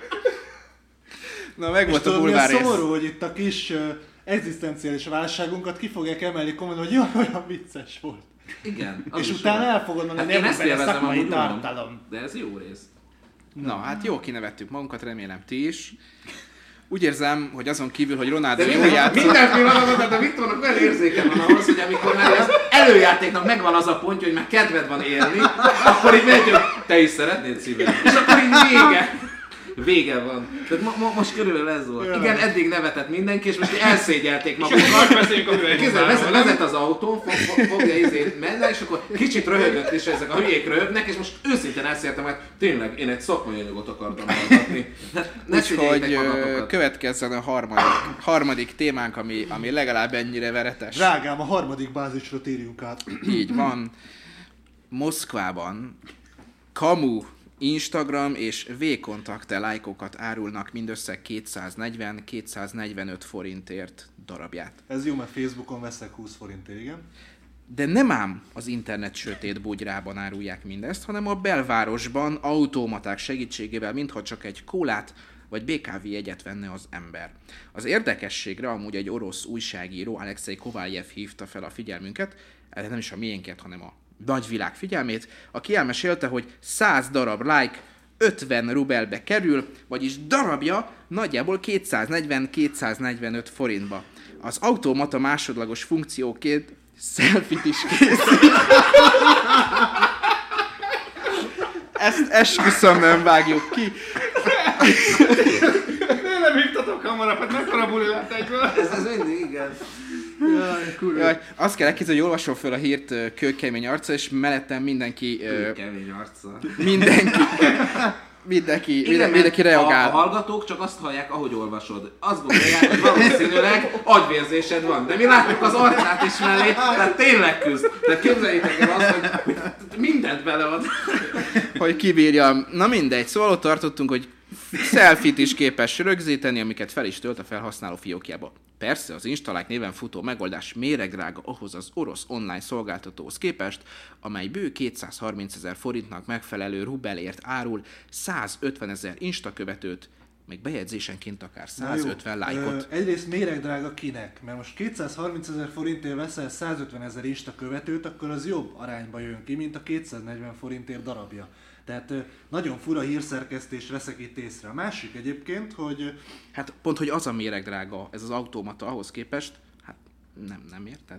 Na, meg volt a milyen bulvár rész. szomorú, hogy itt a kis egzisztenciális válságunkat ki fogják emelni komolyan, hogy jaj, olyan vicces volt. Igen. az És is utána van. el fogod mondani, Hát én nem ezt benne élvezem szakmai amúgy, tudom. tartalom. De ez jó rész. Na, hát jó kinevettük magunkat, remélem ti is. Úgy érzem, hogy azon kívül, hogy Ronaldo De jól játszott, minden pillanatban, de Viktornak olyan érzéke van ahhoz, hogy amikor már az előjátéknak megvan az a pontja, hogy már kedved van élni, akkor így megy, hogy te is szeretnéd szívem. És akkor így vége van. Tehát most körülbelül ez volt. Igen, eddig nevetett mindenki, és most elszégyelték magukat. Beszéljünk a hüvelykúzásról. Vezet az autón, fogja izét menni, és akkor kicsit röhögött, és ezek a hülyék röhögnek, és most őszintén elszéltem, hogy tényleg én egy szakmai anyagot akartam hallgatni. úgyhogy következzen a harmadik témánk, ami legalább ennyire veretes. Drágám, a 3. bázisra térjünk át. Így van. Moszkvában kamu Instagram és V-kontakte lájkokat árulnak mindössze 240-245 forintért darabját. Ez jó, mert Facebookon veszek 20 forintért, igen. De nem ám az internet sötét bugyrában árulják mindezt, hanem a belvárosban automaták segítségével, mintha csak egy kólát vagy BKV jegyet venne az ember. Az érdekességre amúgy egy orosz újságíró, Alexei Kovaljev hívta fel a figyelmünket, nem is a miénket, hanem a nagyvilág figyelmét, aki elmesélte, hogy 100 darab like 50 rubelbe kerül, vagyis darabja nagyjából 240-245 forintba. Az automata másodlagos funkcióként selfie-t is készít. Ezt esküszöm, nem vágjuk ki. Nem hívtatok hamarabb, hát mekkora buli lett egyből. Ez mindig, igen. Jaj, azt kell elképzelni, hogy olvasom föl a hírt kőkemény arca, és mellettem mindenki... Kőkemény arca. Mindenki reagál. A hallgatók csak azt hallják, ahogy olvasod. Azt gondolják, hogy valószínűleg agyvérzésed van. De mi látjuk az arcát is mellé, tehát tényleg küzd. Tehát képzeljétek el azt, hogy mindent belead. Hogy kibírjam. Na mindegy, szóval ott tartottunk, hogy selfie-t is képes rögzíteni, amiket fel is tölt a felhasználó fiókjába. Persze az Instalike néven futó megoldás méregdrága ahhoz az orosz online szolgáltatóhoz képest, amely bő 230 000 forintnak megfelelő rubelért árul 150 000 Insta követőt, még bejegyzésenként akár 150 lájkot. Egyrészt méregdrága kinek? Mert most 230 000 forintért veszel 150 000 Insta követőt, akkor az jobb arányba jön ki, mint a 240 forintért darabja. Tehát nagyon fura hírszerkesztés veszek itt észre. A másik egyébként, hogy... Hát pont, hogy az a méregdrága, ez az automata ahhoz képest, hát nem érted?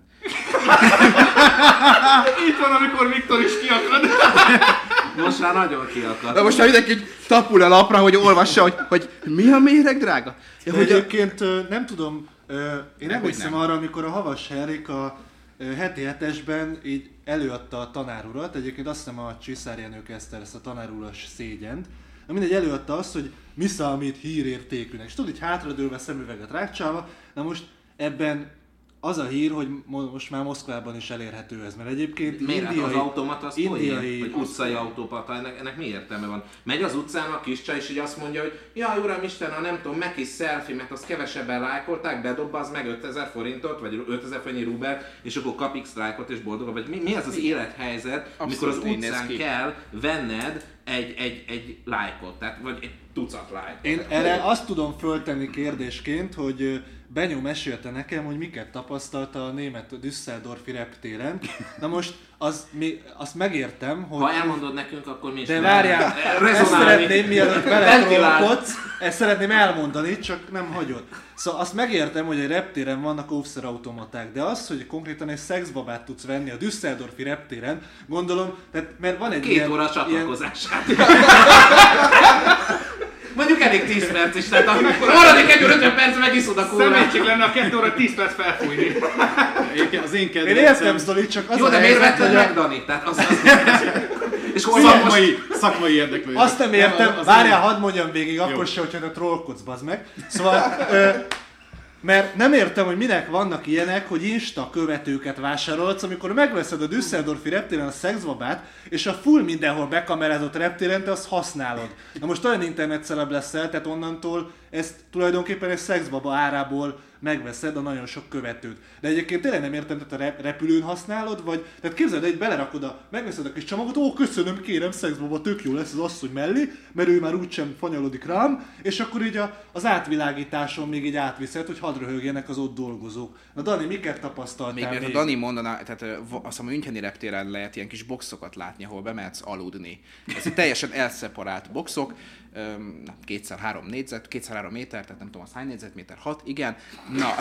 Itt van, amikor Viktor is kiakad. Most már nagyon kiakad. De most már mindenki tapul a lapra, hogy olvassa, hogy mi a méregdrága? Ja, egyébként nem tudom, én emlékszem arra, amikor a Havas Henrik a heti hetesben így előadta a tanárurat, egyébként azt hiszem a Csiszár Jenő kezdte ezt a tanáruras szégyent, de mindegy előadta azt, hogy mi számít hírértékűnek. És tudod, így hátradőlve szemüveget rákcsálva, na most ebben az a hír, hogy most már Moszkvában is elérhető ez, mert egyébként miért? indiai... Az automata az indiai... vagy utcai automata, ennek mi értelme van? Megy az utcán a kis csaj, és így azt mondja, hogy jaj, uramisten, ha nem tudom, meg is selfie, mert azt kevesebben lájkolták, bedobba az meg 5000 forintot, vagy 5000 forintnyi rubelt, és akkor kap x lájkot és boldog. Vagy mi az az élethelyzet, amikor az utcán kell venned egy lájkot, tehát vagy egy tucat lájkot. Én erre azt tudom föltenni kérdésként, hogy Benyó mesélte nekem, hogy miket tapasztalta a német Düsseldorfi reptéren. Na most azt megértem, hogy... Ha elmondod nekünk, akkor mi is... De várjál, ezt szeretném, mielőtt beletrollkodsz, ezt szeretném elmondani, csak nem hagyod. Szóval azt megértem, hogy egy reptéren vannak offszer-automaták, de az, hogy konkrétan egy szexbabát tudsz venni a Düsseldorfi reptéren, gondolom, tehát, mert van egy 2 óra csatlakozását. Mondjuk elég 10 perc is, tehát akkor maradék egy 50 perc megiszod a kórát. Személység lenne a 2 óra 10 perc felfújni. Az én kedvencem... Én értem, Zoli, csak az jó, de miért vetted meg, Dani? Tehát az... És szakmai érdeklődés. Azt nem értem, várjál, hadd mondjam végig, akkor se, hogyha te trollkodsz, bazd meg. Szóval... Mert nem értem, hogy minek vannak ilyenek, hogy Insta követőket vásárolsz, amikor megveszed a Düsseldorfi reptéren a szexbabát, és a full mindenhol bekamerázott reptéren te azt használod. Na most olyan internetceleb leszel, tehát onnantól ezt tulajdonképpen egy szexbaba árából megveszed a nagyon sok követőt. De egyébként tényleg nem értem, tehát a repülőn használod, vagy... Tehát képzeld, hogy belerakodod, megveszed a kis csomagot, ó, köszönöm, kérem, szexbaba, tök jó lesz az asszony mellé, mert ő már úgysem fanyalodik rám, és akkor így az átvilágításon még így átviszed, hogy hadd röhögjenek az ott dolgozók. Na Dani, miket tapasztaltál még? A Dani mondaná, tehát azt hiszem, a Müncheni reptéren lehet ilyen kis boxokat látni, ahol bemehetsz aludni. Ez egy teljesen elszeparált boxok, 2x3 négyzet, 2x3 méter, tehát nem tudom, az hány négyzetméter? 6, igen. Na.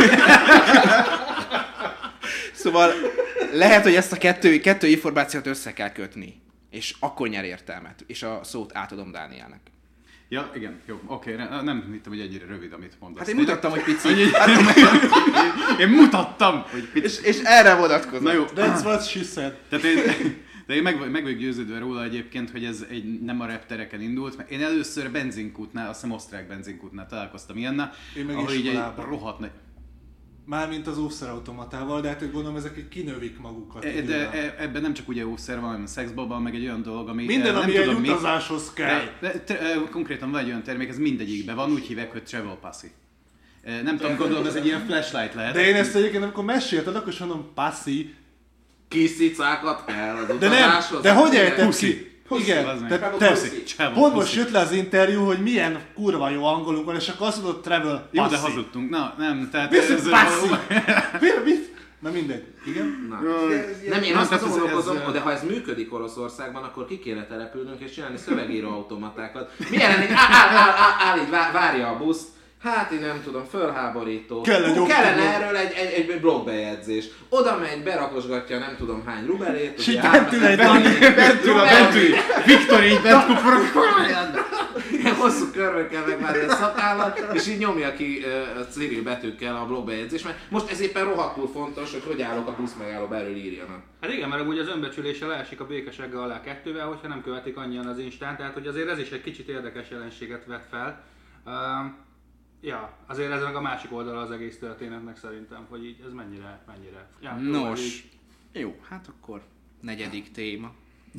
Szóval lehet, hogy ezt a kettő információt össze kell kötni, és akkor nyer értelmet, és a szót átadom Dánielnek. Ja, igen, jó, oké, nem hittem, hogy ennyire rövid, amit mondasz. Hát én mutattam, hogy pici. Én mutattam, hogy pici. És erre vonatkozom. Na jó. That's what she said. De én meg vagyok győződve róla egyébként, hogy ez nem a reptereken indult, mert én először benzinkútnál, azt hiszem osztrák benzinkútnál találkoztam ilyennel, ahol így egy rohadt nagy... Mármint az óvszerautomatával, de hát gondolom ezek kinövik magukat. De ebben nem csak ugye óvszer van, hanem a szexbaba, meg egy olyan dolog, ami... Minden, nem ami tudom, egy utazáshoz kell. Konkrétan van egy olyan termék, ez mindegyikben van, úgy hívják, hogy Travel Passy. Nem tudom, gondolom ez egy ilyen flashlight lehet. De én ezt egyébként, amikor mesélted, akkor is mondom, Passy. Kis cicákat kell az de utazáshoz. Nem, de hogy értem ki? Igen, pont most jött le az interjú, hogy milyen kurva jó angolunk van, és akkor azt mondod Travel Passy. Jó, de hazudtunk. Na, nem, tehát... Passy! Na mindegy. Igen? Na. Nem, én azt gondolkozom, de ha ez működik Oroszországban, akkor ki kéne települnünk és csinálni szövegíró automatákat. Milyen így, várja a buszt, hát én nem tudom, fölháborító. Kellene erről egy blogbejegyzés. Oda megy, berakosgatja nem tudom hány rubelét. És így bentül egy bentül. Viktor így bentkuporok. Ilyen hosszú körvekkel megvárja a szakállat, és így nyomja ki civil betűkkel a blogbejegyzés, mert most ez éppen rohadtul fontos, hogy állok a buszmegálló belül írjanak. Hát igen, mert amúgy az önbecsüléssel leesik a békesegge alá 2-vel, hogyha nem követik annyian az Instán, tehát hogy azért ez is egy kicsit érdekes jelenséget vet fel. Ja, azért ez meg a másik oldala az egész történetnek szerintem, hogy így ez mennyire. Ja, nos, jó, hát akkor 4. téma.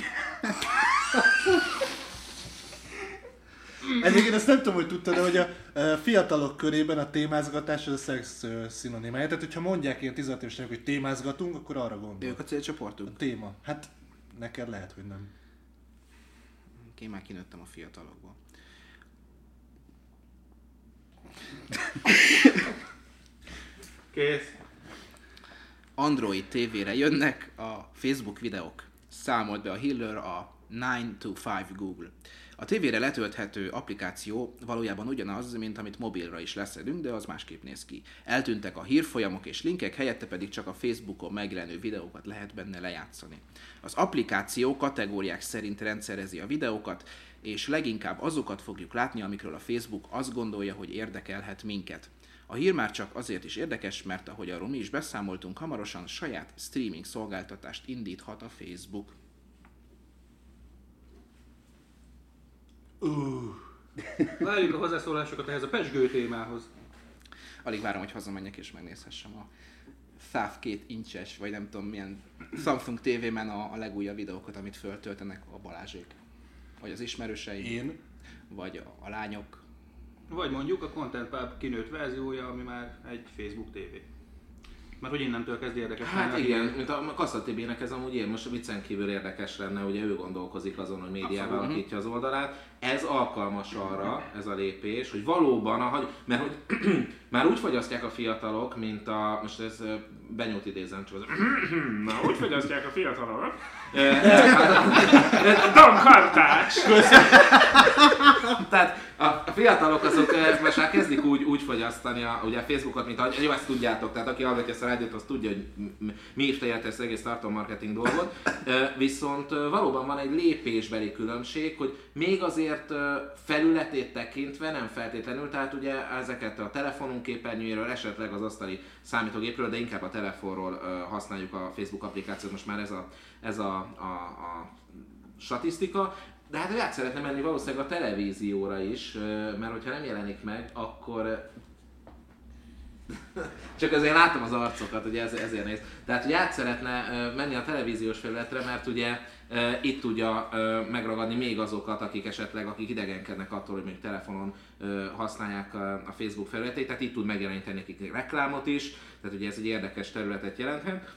Egyébként ezt nem tudom, hogy tudtad, de hogy a fiatalok körében a témázgatás az a szex szinonimája. Tehát, hogyha mondják ilyen 16 évesek, hogy témázgatunk, akkor arra gondol. Ők a célcsoportunk? A téma. Hát neked lehet, hogy nem. Én már kinőttem a fiatalokból. Kész. Android TV-re jönnek a Facebook videók. Számolt be a Hiller a 9 to 5 Google. A tévére letölthető applikáció valójában ugyanaz, mint amit mobilra is leszedünk, de az másképp néz ki. Eltűntek a hírfolyamok és linkek, helyette pedig csak a Facebookon megjelenő videókat lehet benne lejátszani. Az applikáció kategóriák szerint rendszerezi a videókat, és leginkább azokat fogjuk látni, amikről a Facebook azt gondolja, hogy érdekelhet minket. A hír már csak azért is érdekes, mert ahogy arról mi is beszámoltunk, hamarosan saját streaming szolgáltatást indíthat a Facebook. Várjuk a hozzászólásokat ehhez a pezsgő témához. Alig várom, hogy hazamenjek és megnézhessem a 102 incses, vagy nem tudom milyen Samsung TV-men a legújabb videókat, amit föltöltenek a Balázsék. Vagy az ismerőseim. Én. Vagy a lányok. Vagy mondjuk a Content Pub kinőtt verziója, ami már egy Facebook TV. Mert hogy innentől kezd érdekes. Hát igen, mint a Kassa TV-nek ez amúgy én most viccen kívül érdekes lenne, ugye ő gondolkozik azon, hogy médiával alakítja az oldalát. Ez alkalmas arra, ez a lépés, hogy valóban, mert hogy már úgy fogyasztják a fiatalok, mint a, most ez Benyót idézem, csak az már úgy fogyasztják a fiatalok. Don Kartács! Tehát a fiatalok azok most már kezdik úgy fogyasztani ugye a Facebookot, mint ahogy, jó, ezt tudjátok, tehát aki hallgatja ezt a rádiót, az tudja, hogy mi is teljesen ezt az egész tartalommarketing dolgot. Viszont valóban van egy lépésbeli különbség, hogy még azért felületét tekintve nem feltétlenül, tehát ugye ezeket a telefonunk képernyőjéről, esetleg az asztali számítógépről, de inkább a telefonról használjuk a Facebook applikációt, most már ez a statisztika. De hát ő át szeretne menni valószínűleg a televízióra is, mert hogyha nem jelenik meg, akkor... Csak azért látom az arcokat, ugye ezért néz. Tehát ugye át szeretne menni a televíziós felületre, mert ugye itt tudja megragadni még azokat, akik idegenkednek attól, hogy még telefonon használják a Facebook felületét, tehát itt tud megjeleníteni nekik reklámot is, tehát ugye ez egy érdekes területet jelenthet.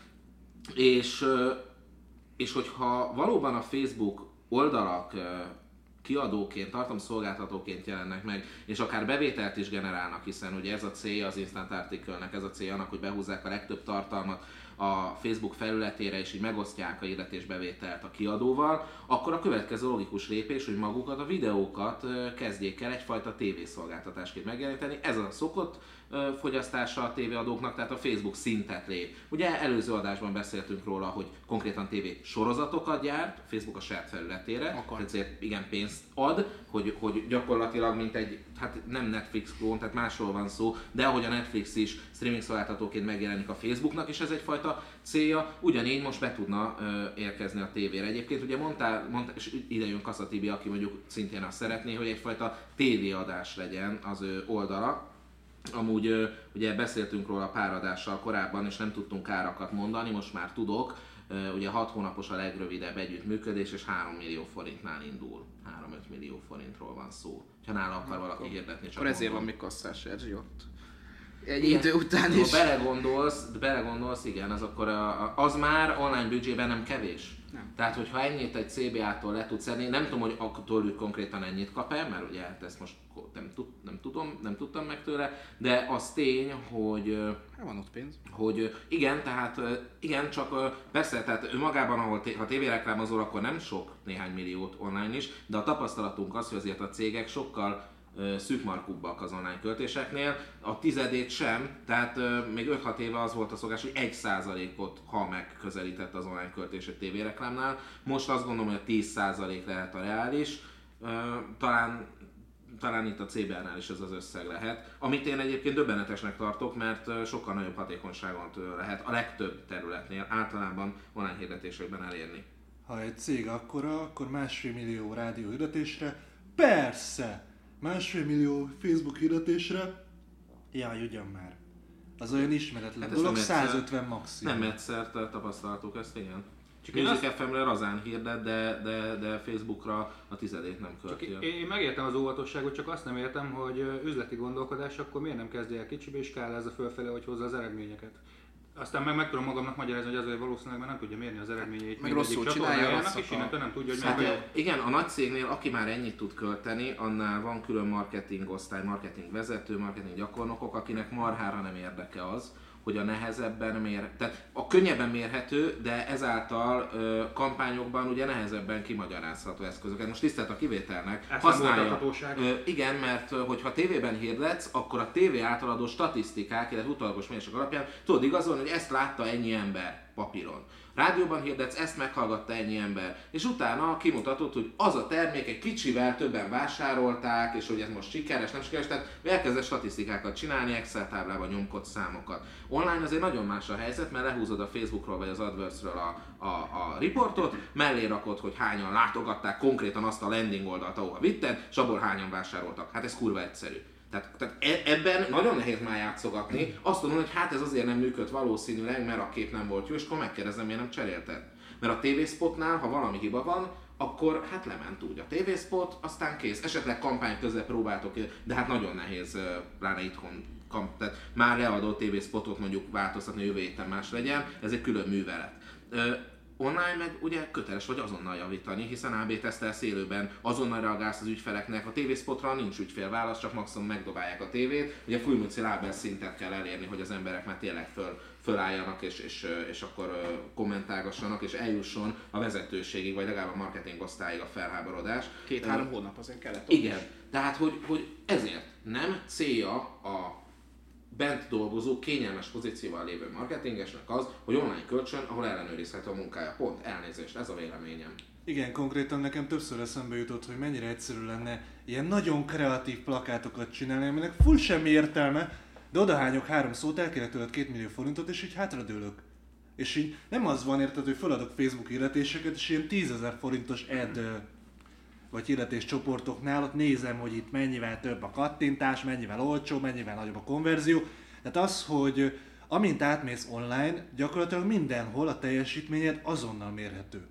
És hogyha valóban a Facebook oldalak kiadóként, tartalomszolgáltatóként jelennek meg, és akár bevételt is generálnak, hiszen ugye ez a célja az Instant Article-nek, ez a célja annak, hogy behúzzák a legtöbb tartalmat a Facebook felületére, és így megosztják a hirdetésbevételt a kiadóval, akkor a következő logikus lépés, hogy magukat a videókat kezdjék el egyfajta tévészolgáltatásként megjeleníteni. Ez a szokott fogyasztása a tévéadóknak, tehát a Facebook szintet lép. Ugye előző adásban beszéltünk róla, hogy konkrétan tévé sorozatokat gyárt, Facebook a saját felületére, ezért igen pénzt ad, hogy gyakorlatilag mint egy, hát nem Netflix klón, tehát másról van szó, de ahogy a Netflix is streaming szolgáltatóként megjelenik a Facebooknak is ez egyfajta célja, ugyanígy most be tudna érkezni a tévére. Egyébként ugye mondta, és ide jön Kassa Tibi, aki mondjuk szintén azt szeretné, hogy egyfajta tévéadás legyen az ő oldala. Amúgy ugye beszéltünk róla pár adással korábban, és nem tudtunk árakat mondani, most már tudok. Ugye 6 hónapos a legrövidebb együttműködés, és 3 millió forintnál indul. 3-5 millió forintról van szó. Ha nála akar valaki hirdetni, csak akkor ezért van még Kasszás Erzsi ott. egy idő után is. Ha belegondolsz, igen, az akkor az már online büdzsében nem kevés. Nem. Tehát, hogyha ennyit egy CBA-tól le tudsz szedni, nem tudom, hogy tőlük konkrétan ennyit kap-e, mert ugye ezt most nem tudtam meg tőle, de az tény, hogy... Van ott pénz. Hogy igen, tehát igen, csak persze, tehát önmagában, ha tévéreklámozol, akkor nem sok, néhány milliót online is, de a tapasztalatunk az, hogy azért a cégek sokkal szűkmarkúbbak az online költéseknél, a tizedét sem, tehát még 5-6 éve az volt a szokás, hogy 1%-ot, ha megközelített az online költés egy tévéreklámnál. Most azt gondolom, hogy a 10% lehet a reális, talán itt a CBA-nál is ez az összeg lehet, amit én egyébként döbbenetesnek tartok, mert sokkal nagyobb hatékonyságot lehet a legtöbb területnél általában online hirdetésekben elérni. Ha egy cég akkora, akkor 1,5 millió rádió hirdetésre, persze! 1,5 millió Facebook hirdetésre, jaj, ugyan már. Az olyan ismeretlen dolog, 150 maximum. Nem egyszer tapasztaltuk ezt, igen. Music FM-re razán hirdet, de Facebookra a tizedét nem költi. Én megértem az óvatosságot, csak azt nem értem, hogy üzleti gondolkodás, akkor miért nem kezdi el kicsibe és skálázza fölfele, hogy hozza az eredményeket. Aztán meg tudom magamnak magyarázni, hogy azért valószínűleg már nem tudja mérni az eredményeit. Meg rosszul csinálja, és innentől nem tudja, hogy hát igen, a nagy cégnél, aki már ennyit tud költeni, annál van külön marketing osztály, marketing vezető, marketing gyakornokok, akinek marhára nem érdeke az, hogy a nehezebben tehát a könnyebben mérhető, de ezáltal kampányokban ugye nehezebben kimagyarázható eszközöket. Most tisztelt a kivételnek, használja. Igen, mert hogyha tévében hirdetsz, akkor a tévé által adó statisztikák, illetve utólagos mérések alapján tudod igazolni, hogy ezt látta ennyi ember papíron. Rádióban hirdetsz, ezt meghallgatta ennyi ember, és utána kimutatod, hogy az a termék egy kicsivel többen vásárolták, és hogy ez most sikeres, nem sikeres, tehát elkezdesz statisztikákat csinálni, Excel táblában nyomkodsz számokat. Online azért nagyon más a helyzet, mert lehúzod a Facebookról vagy az AdWords-ről a riportot, mellé rakod, hogy hányan látogatták konkrétan azt a landing oldalt, ahova vitted, és abból hányan vásároltak. Hát ez kurva egyszerű. Tehát ebben nagyon nehéz már játszogatni. Azt mondom, hogy hát ez azért nem működt valószínűleg, mert a kép nem volt jó, és akkor megkérdezem, miért nem cserélted. Mert a TV-spotnál, ha valami hiba van, akkor hát lement úgy a TV-spot, aztán kész. Esetleg kampány közben próbáltok, de hát nagyon nehéz, pláne itthon, tehát már leadott TV-spotot mondjuk változtatni, jövő héten más legyen, ez egy külön művelet. Online meg ugye köteles vagy azonnal javítani, hiszen AB tesztelsz élőben, azonnal reagálsz az ügyfeleknek, a TV-spotra nincs ügyfélválasz, csak maximum megdobálják a tévét, ugye full lábel szintet kell elérni, hogy az emberek már tényleg fölálljanak és akkor kommentálgassanak, és eljusson a vezetőségig, vagy legalább a marketing osztályig a felháborodás. 2-3 hónap azért kellett. Igen, tehát hogy ezért nem célja a bent dolgozó, kényelmes pozícióval lévő marketingesnek az, hogy online kölcsön, ahol ellenőrizhető a munkája. Pont, elnézést, ez a véleményem. Igen, konkrétan nekem többször eszembe jutott, hogy mennyire egyszerű lenne ilyen nagyon kreatív plakátokat csinálni, aminek full semmi értelme, de odahányok 3 szót, elkérek tőled 2 millió forintot, és így hátradőlök. És így nem az van, érted, hogy feladok Facebook hirdetéseket, és ilyen 10 000 forintos ad vagy hirdetés csoportoknál, ott nézem, hogy itt mennyivel több a kattintás, mennyivel olcsó, mennyivel nagyobb a konverzió. Tehát az, hogy amint átmész online, gyakorlatilag mindenhol a teljesítményed azonnal mérhető.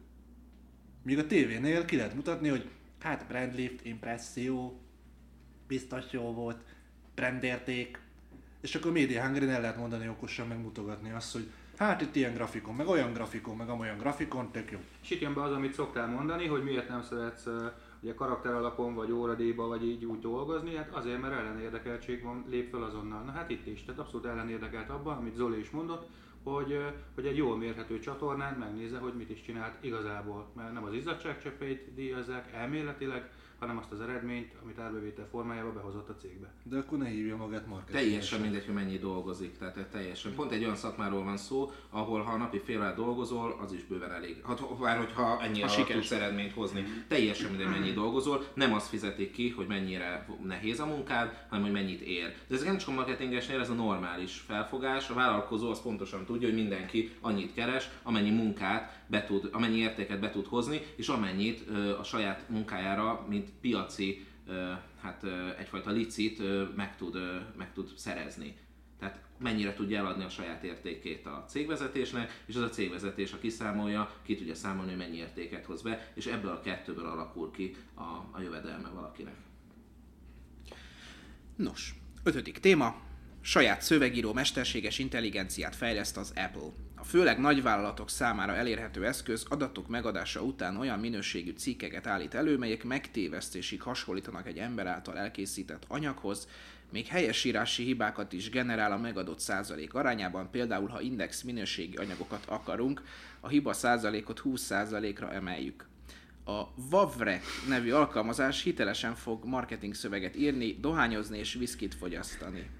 Míg a tévénél ki lehet mutatni, hogy hát brandlift, impresszió, biztos jó volt, brandérték, és akkor Media Hungry-n el lehet mondani okosan megmutogatni azt, hogy hát itt ilyen grafikon, meg olyan grafikon, meg amolyan grafikon, tök jó. És itt jön be az, amit szoktál mondani, hogy miért nem szeretsz ugye karakter alapon, vagy óradíjba, vagy így úgy dolgozni, hát azért, mert ellenérdekeltség van, lép fel azonnal. Na hát itt is, tehát abszolút ellenérdekelt abban, amit Zoli is mondott, hogy egy jól mérhető csatornán megnézze, hogy mit is csinált igazából. Mert nem az izzadságcseppeit díjazzák elméletileg, hanem azt az eredményt, amit árbevétel formájába behozott a cégbe. De akkor ne hívja magát marketing. Teljesen mindegy, hogy mennyi dolgozik, tehát teljesen. Pont egy olyan szakmáról van szó, ahol ha napi fél órát dolgozol, az is bőven elég. Bár hogyha ennyire tudsz eredményt hozni, teljesen mindegy, mennyi dolgozol, nem azt fizetik ki, hogy mennyire nehéz a munkád, hanem hogy mennyit ér. De ez nem csak a marketingesnél, ez a normális felfogás. A vállalkozó az pontosan tudja, hogy mindenki annyit keres, amennyi munkát amennyi értéket be tud hozni, és amennyit a saját munkájára, mint piaci egyfajta licit meg tud szerezni. Tehát mennyire tudja eladni a saját értékét a cégvezetésnek, és az a cégvezetés, ha kiszámolja, ki tudja számolni, hogy mennyi értéket hoz be, és ebből a kettőből alakul ki a jövedelme valakinek. Nos, 5. téma, Saját szövegíró mesterséges intelligenciát fejleszt az Apple. A főleg nagyvállalatok számára elérhető eszköz adatok megadása után olyan minőségű cikkeket állít elő, melyek megtévesztésig hasonlítanak egy ember által elkészített anyaghoz, még helyesírási hibákat is generál a megadott százalék arányában, például ha index minőségi anyagokat akarunk, a hiba százalékot 20%-ra emeljük. A Vavrek nevű alkalmazás hitelesen fog marketing szöveget írni, dohányozni és viszkit fogyasztani.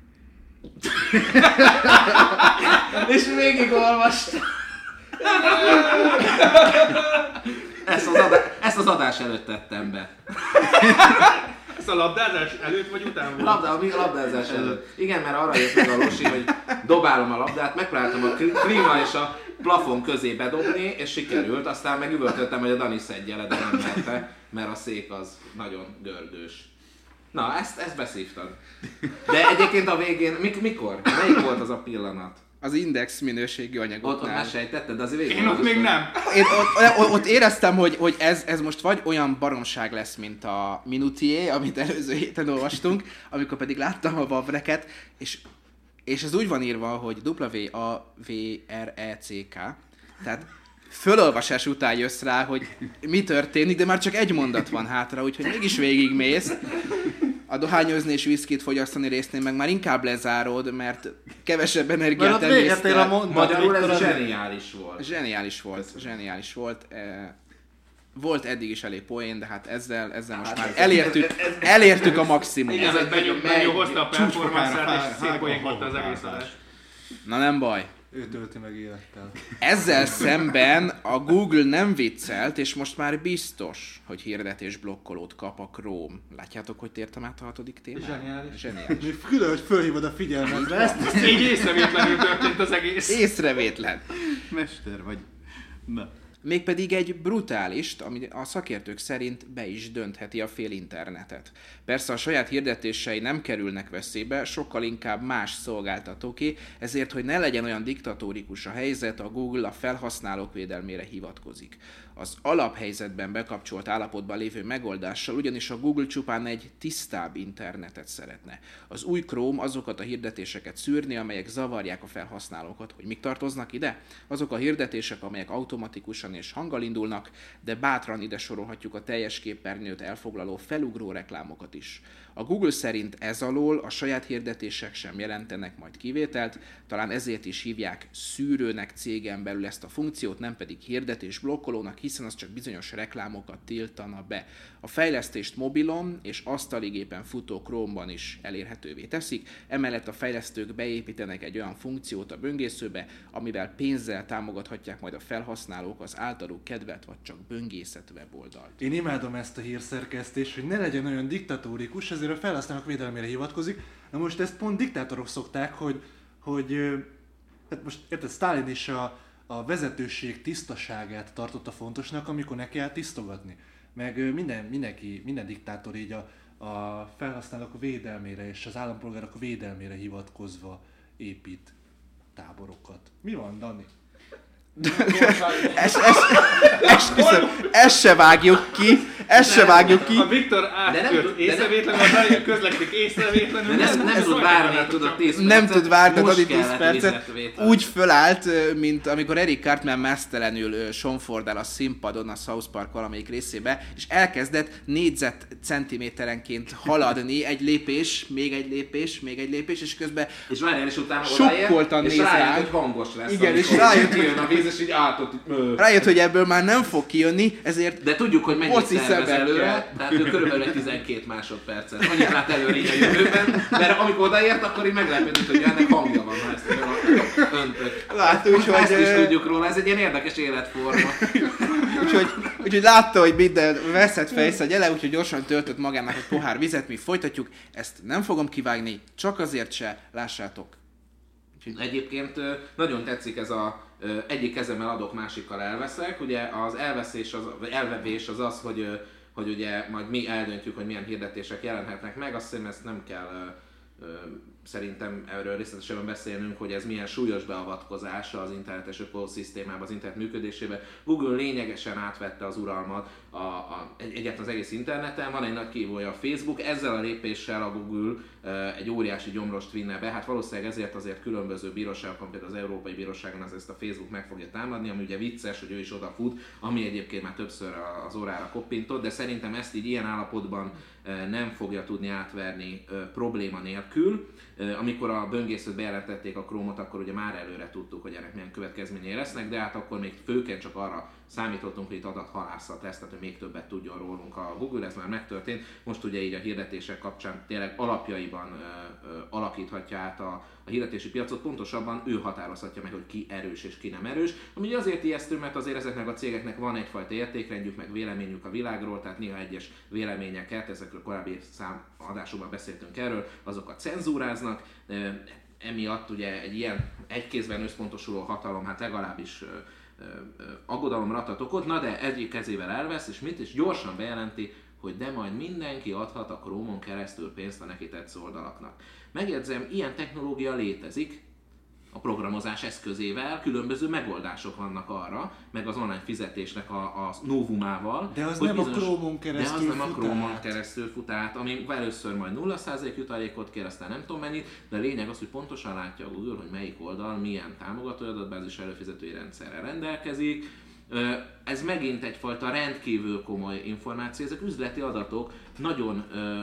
És végigolvastam. Ezt az adás előtt tettem be. Ez a labdázás előtt vagy után volt? Labdázás előtt. Igen, mert arra jött meg a Losi, hogy dobálom a labdát, megpróbáltam a klíma és a plafon közé bedobni, és sikerült, aztán meg üvöltöttem, hogy a Dani szedje le, de nem merte, mert a szék az nagyon gördős. Na, ezt beszívtad. De egyébként a végén, mikor? Melyik volt az a pillanat? Az index minőségű anyagoknál. Ott meséltetted, de azért végül. Én ott még nem. Én ott éreztem, hogy ez most vagy olyan baromság lesz, mint a Minutier, amit előző héten olvastunk, amikor pedig láttam a Vavreket, és ez úgy van írva, hogy W-A-V-R-E-C-K, tehát fölolvasás után jössz rá, hogy mi történik, de már csak egy mondat van hátra, úgyhogy mégis végigmész. A dohányozni és viszkit fogyasztani résznél meg már inkább lezárod, mert kevesebb energiát emésztel. Magyarul ez zseniális volt. Zseniális volt. Volt eddig is elég poén, de hát ezzel most már elértük a maximumot. Ez benyomozta a performance-át és szétpoénkodta az egész adást. Na nem baj. Ő tölti meg élettel. Ezzel szemben a Google nem viccelt, és most már biztos, hogy hirdetésblokkolót kap a Chrome. Látjátok, hogy tértem át a 6. témára? Zseniális. Mi külön, hogy fölhívod a figyelmet. Ezt így észrevétlenül történt az egész. Észrevétlen. Mester vagy. Na. Mégpedig egy brutálist, ami a szakértők szerint be is döntheti a fél internetet. Persze a saját hirdetései nem kerülnek veszélybe, sokkal inkább más szolgáltatóké, ezért, hogy ne legyen olyan diktatórikus a helyzet, a Google a felhasználók védelmére hivatkozik. Az alaphelyzetben bekapcsolt állapotban lévő megoldással ugyanis a Google csupán egy tisztább internetet szeretne. Az új Chrome azokat a hirdetéseket szűrni, amelyek zavarják a felhasználókat. Hogy mik tartoznak ide? Azok a hirdetések, amelyek automatikusan és hanggal indulnak, de bátran ide sorolhatjuk a teljes képernyőt elfoglaló felugró reklámokat is. A Google szerint ez alól a saját hirdetések sem jelentenek majd kivételt, talán ezért is hívják szűrőnek cégen belül ezt a funkciót, nem pedig hirdetésblokkolónak, hiszen az csak bizonyos reklámokat tiltana be. A fejlesztést mobilon és asztaligépen futó Chrome-ban is elérhetővé teszik, emellett a fejlesztők beépítenek egy olyan funkciót a böngészőbe, amivel pénzzel támogathatják majd a felhasználók az általuk kedvelt vagy csak böngészett weboldalt. Én imádom ezt a hírszerkesztést, hogy ne legyen olyan diktatórikus, ezért a felhasználók védelmére hivatkozik. Na most ezt pont diktátorok szokták, hogy hát most érted, Sztálin is a vezetőség tisztaságát tartotta fontosnak, amikor neki állt tisztogatni. Meg minden diktátor így a felhasználók védelmére és az állampolgárok védelmére hivatkozva épít táborokat. Mi van, Dani? Ezt se vágjuk ki. A Viktor átjött észrevétlenül, a Dani közlekedik észrevétlenül. Nem tud várni, tudod 10 percet. Nem tud várni, Dani 10 percet. Úgy fölállt, mint amikor Eric Cartman mesztelenül sonfordál a színpadon a South Park valamelyik részébe, és elkezdett négyzetcentiméterenként haladni, egy lépés, még egy lépés, és közben és várjál, és utána sokkoltan néz rá, hogy hangos lesz. Igen, és rájött, jön a víz, és így rájött, hogy ebből már nem fog kijönni, ezért de tudjuk, hogy mennyit tervez előre, tehát ő körülbelül egy 12 másodpercet. Annyit lát előre így a jövőben, mert amikor odaért, akkor így meglepődött, hogy ennek hangja van, ha ezt öntök. Ezt is tudjuk róla, ez egy ilyen érdekes életforma. Úgyhogy látta, hogy minden veszett fejszagyele, úgyhogy gyorsan töltött magának egy pohár vizet, mi folytatjuk. Ezt nem fogom kivágni, csak azért se, lássátok. Egyébként nagyon tetszik ez a egyik kezemmel adok, másikkal elveszek. Ugye az elvevés az, hogy ugye majd mi eldöntjük, hogy milyen hirdetések jelenhetnek meg, azt hiszem ezt nem kell szerintem erről részletesen beszélnünk, hogy ez milyen súlyos beavatkozás az internetes ökoszisztémába, az internet működésébe. Google lényegesen átvette az uralmat egyáltalán az egész interneten, van egy nagy kihívója a Facebook, ezzel a lépéssel a Google egy óriási gyomrost vinne be, hát valószínűleg ezért azért különböző bíróságokon, például az Európai Bíróságon ezt a Facebook meg fogja támadni, ami ugye vicces, hogy ő is odafut, ami egyébként már többször az órára koppintott, de szerintem ezt így ilyen állapotban nem fogja tudni átverni probléma nélkül. Amikor a böngészőt bejelentették a Chrome-ot, akkor ugye már előre tudtuk, hogy ennek milyen következményei lesznek, de hát akkor még főként csak arra számítottunk, hogy itt adathalászat lesz, tehát hogy még többet tudjon rólunk a Google, ez már megtörtént. Most ugye így a hirdetések kapcsán tényleg alapjaiban alakíthatja át a hirdetési piacot, pontosabban ő határozhatja meg, hogy ki erős és ki nem erős. Ami azért ijesztő, mert azért ezeknek a cégeknek van egyfajta értékrendjük, meg véleményük a világról, tehát néha egyes véleményeket, ezekről korábbi adásokban beszéltünk erről, azokat cenzúráznak. Emiatt ugye egy ilyen egykézben összpontosuló hatalom, hát legalábbis aggodalomra adhat okot, na de egyik kezével elvesz, és mit is gyorsan bejelenti, hogy de majd mindenki adhat a Chrome-on keresztül pénzt a neki tetsző oldalaknak. Megjegyzem, ilyen technológia létezik, a programozás eszközével különböző megoldások vannak arra, meg az online fizetésnek a novumával. De az nem a Chrome-on keresztül fut át. De az nem a Chrome-on keresztül fut át, ami először majd 0% jutalékot kér, aztán nem tudom mennyit, de a lényeg az, hogy pontosan látja a Google, hogy melyik oldal milyen támogatói adatbázis előfizetői rendszerrel rendelkezik. Ez megint egyfajta rendkívül komoly információ, ezek üzleti adatok, nagyon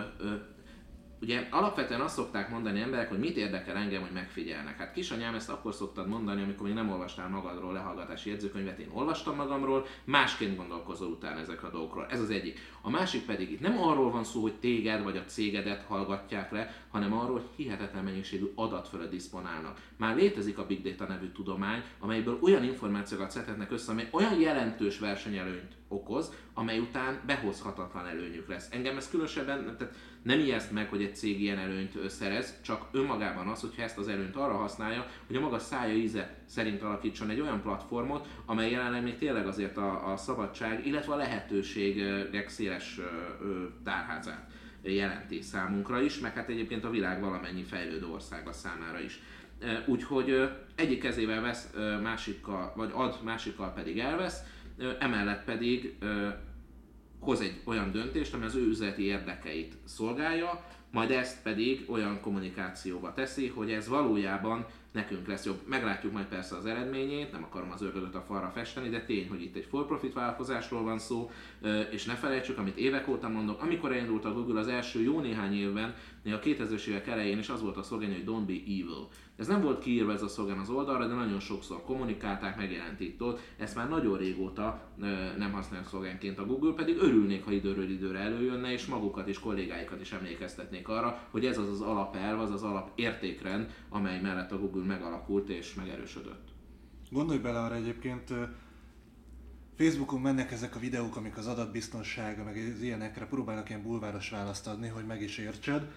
ugye alapvetően azt szokták mondani emberek, hogy mit érdekel engem, hogy megfigyelnek. Hát kisanyám, ezt akkor szoktad mondani, amikor még nem olvastál magadról lehallgatási jegyzőkönyvet, én olvastam magamról, másként gondolkozol utána ezekről a dolgokról. Ez az egyik. A másik pedig itt nem arról van szó, hogy téged vagy a cégedet hallgatják le, hanem arról, hogy hihetetlen mennyiségű adat fölött diszponálnak. Már létezik a Big Data nevű tudomány, amelyből olyan információkat szedhetnek össze, amely olyan jelentős versenyelőnyt okoz, amely után behozhatatlan előnyük lesz. Engem ez különösebben, tehát nem ijeszt meg, hogy egy cég ilyen előnyt szerez, csak önmagában az, hogyha ezt az előnyt arra használja, hogy a maga szája íze szerint alakítson egy olyan platformot, amely jelenleg még tényleg azért a szabadság, illetve a lehetőségek széles tárházát jelenti számunkra is, meg hát egyébként a világ valamennyi fejlődő országa számára is. Úgyhogy egyik kezével vesz, másikkal, vagy ad, másikkal pedig elvesz, emellett pedig hoz egy olyan döntést, ami az ő üzleti érdekeit szolgálja, majd ezt pedig olyan kommunikációba teszi, hogy ez valójában nekünk lesz jobb. Meglátjuk majd persze az eredményét, nem akarom az ördögöt a falra festeni, de tény, hogy itt egy for-profit vállalkozásról van szó, és ne felejtsük, amit évek óta mondok, amikor elindult a Google az első jó néhány évben, a 2000-es évek elején is az volt a szlogen, hogy don't be evil. Ez nem volt kiírva ez a szlogen az oldalra, de nagyon sokszor kommunikálták, megjelent itt-ott. Ezt már nagyon régóta nem használják szlogenként a Google, pedig örülnék, ha időről időre előjönne, és magukat és kollégáikat is emlékeztetnék arra, hogy ez az az alapelv, az az alapértékrend, amely mellett a Google megalakult és megerősödött. Gondolj bele arra egyébként, Facebookon mennek ezek a videók, amik az adatbiztonsága, meg az ilyenekre próbálnak ilyen bulváros választ adni, hogy meg is értsed.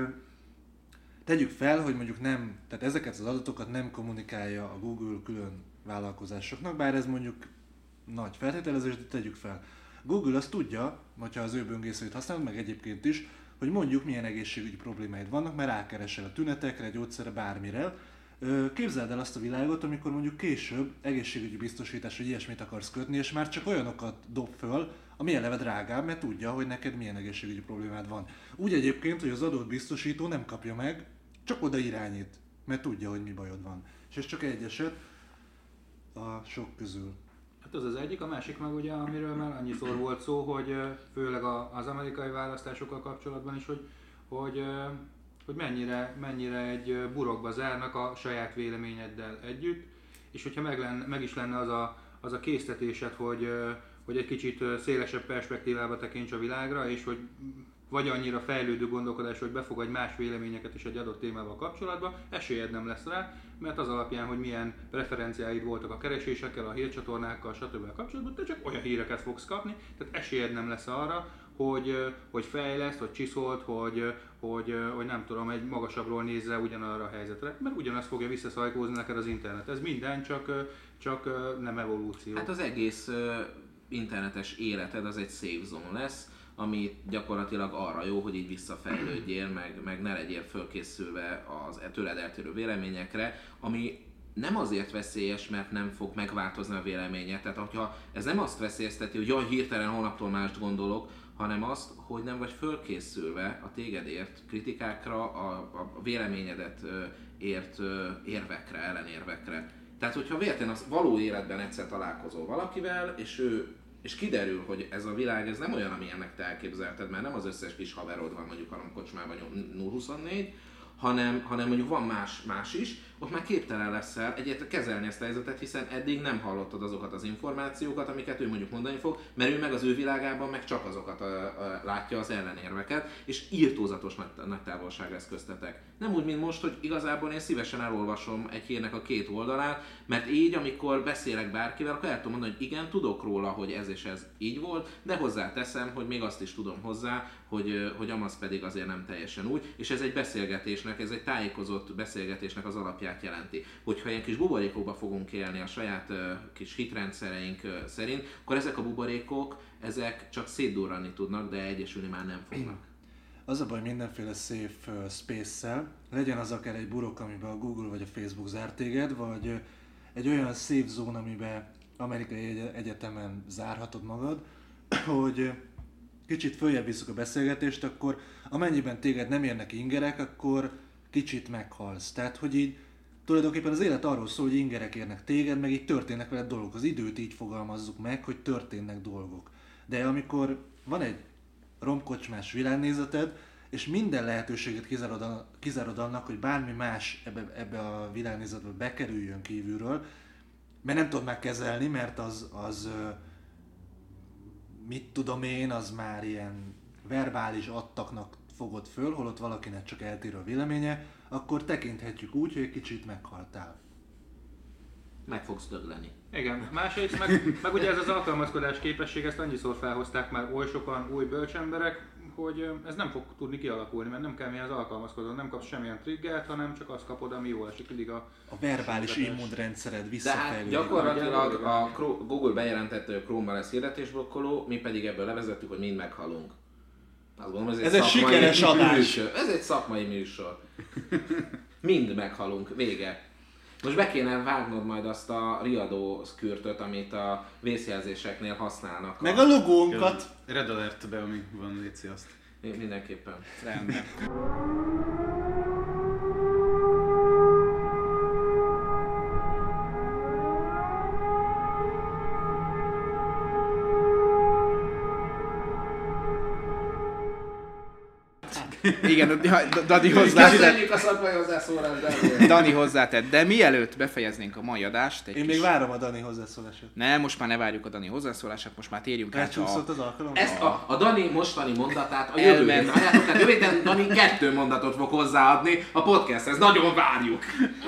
Tegyük fel, hogy mondjuk nem, tehát ezeket az adatokat nem kommunikálja a Google külön vállalkozásoknak, bár ez mondjuk nagy feltételezés, de tegyük fel. Google azt tudja, hogyha az ő böngészőit használod, meg egyébként is, hogy mondjuk milyen egészségügyi problémáid vannak, mert rákeresel a tünetekre, gyógyszerre, bármire. Képzeld el azt a világot, amikor mondjuk később egészségügyi biztosítás, vagy ilyesmit akarsz kötni, és már csak olyanokat dob föl, ami eleve drágább, mert tudja, hogy neked milyen egészségügyi problémád van. Úgy egyébként, hogy az adott biztosító nem kapja meg, csak oda irányít, mert tudja, hogy mi bajod van. És ez csak egy eset a sok közül. Hát az az egyik, a másik meg ugye, amiről már annyiszor volt szó, hogy főleg az amerikai választásokkal kapcsolatban is, hogy mennyire egy burokba zárnak a saját véleményeddel együtt, és hogyha meg is lenne az a késztetésed, hogy egy kicsit szélesebb perspektívába tekints a világra, és hogy vagy annyira fejlődő gondolkodás, hogy befogadj más véleményeket is egy adott témával kapcsolatban, esélyed nem lesz rá, mert az alapján, hogy milyen preferenciáid voltak a keresésekkel, a hírcsatornákkal, stb. Kapcsolatban, te csak olyan híreket fogsz kapni, tehát esélyed nem lesz arra, hogy fejleszt, hogy csiszolt, hogy nem tudom, egy magasabbról nézze ugyanarra a helyzetre, mert ugyanazt fogja visszaszajkózni neked az internet. Ez minden, csak nem evolúció. Hát az egész internetes életed az egy safe zone lesz. ami gyakorlatilag arra jó, hogy így visszafejlődjél, meg ne legyél fölkészülve az tőled eltérő véleményekre, ami nem azért veszélyes, mert nem fog megváltozni a véleménye. Tehát hogyha ez nem azt veszélyezteti, hogy jaj, hirtelen holnaptól mást gondolok, hanem azt, hogy nem vagy fölkészülve a téged ért kritikákra, a véleményedet ért érvekre, ellenérvekre. Tehát, hogyha véletlenül az való életben egyszer találkozol valakivel, és kiderül, hogy ez a világ ez nem olyan, amilyennek te elképzelted, mert nem az összes kis haverod van mondjuk a kocsmában 0-24, hanem mondjuk van más is, ott már képtelen leszel egyáltalán kezelni ezt a helyzetet, hiszen eddig nem hallottad azokat az információkat, amiket ő mondjuk mondani fog, mert ő meg az ő világában meg csak azokat látja, az ellenérveket, és írtózatos nagy távolság lesz köztetek. Nem úgy, mint most, hogy igazából én szívesen elolvasom egy hírnek a két oldalát, mert így, amikor beszélek bárkivel, akkor el tudom mondani, hogy igen, tudok róla, hogy ez és ez így volt, de hozzáteszem, hogy még azt is tudom hozzá, hogy amaz pedig azért nem teljesen úgy, és ez egy beszélgetésnek, ez egy tájékozott beszélgetésnek az alapját jelenti. Hogyha ilyen kis buborékokba fogunk élni a saját kis hitrendszereink szerint, akkor ezek a buborékok, ezek csak szétdurranni tudnak, de egyesülni már nem fognak. Az a baj mindenféle safe space-szel, legyen az akár egy burok, amiben a Google vagy a Facebook zár téged, vagy egy olyan safe zone, amiben amerikai egyetemen zárhatod magad, hogy kicsit följebb visszük a beszélgetést, akkor amennyiben téged nem érnek ingerek, akkor kicsit meghalsz. Tehát, hogy így tulajdonképpen az élet arról szól, hogy ingerek érnek téged, meg így történnek veled dolgok. Az időt így fogalmazzuk meg, hogy történnek dolgok. De amikor van egy romkocsmás világnézeted, és minden lehetőséget kizárod annak, hogy bármi más ebbe a világnézetbe bekerüljön kívülről, mert nem tudod megkezelni, mert az mit tudom én, az már ilyen verbális attaknak fogod föl, holott valakinek csak eltérő a véleménye, akkor tekinthetjük úgy, hogy egy kicsit meghaltál. Meg fogsz dögleni. Igen, másrészt meg ugye ez az alkalmazkodás képesség, ezt annyiszor felhozták már oly sokan új bölcsemberek, hogy ez nem fog tudni kialakulni, mert nem kell mihez alkalmazkodni, nem kapsz semmilyen triggert, hanem csak azt kapod, ami jól esik, mindig a verbális immunrendszered visszafejlődik. De hát gyakorlatilag a Google bejelentette, hogy Chrome-ban lesz hirdetésblokkoló, mi pedig ebből levezettük, hogy mind meghalunk. Azt gondolom, ez egy sikeres adás. Ez egy szakmai műsor. Mind meghalunk, vége. Most be kéne vágnod majd azt a riadó kürtöt, amit a vészjelzéseknél használnak. Meg a logónkat. Red Alert-be, ami van, léci azt. Mindenképpen. Rendben. Igen, Dani hozzátett. A szakmai hozzászólás, Dani hozzátett, de mielőtt befejeznénk a mai adást... Én még várom a Dani hozzászólását. Nem, most már ne várjuk a Dani hozzászólását, most már térjünk át az alkalom? Ezt a Dani mostani mondatát a jövőben várjátok, tehát jövőben Dani 2 mondatot fog hozzáadni a podcasthez, nagyon várjuk!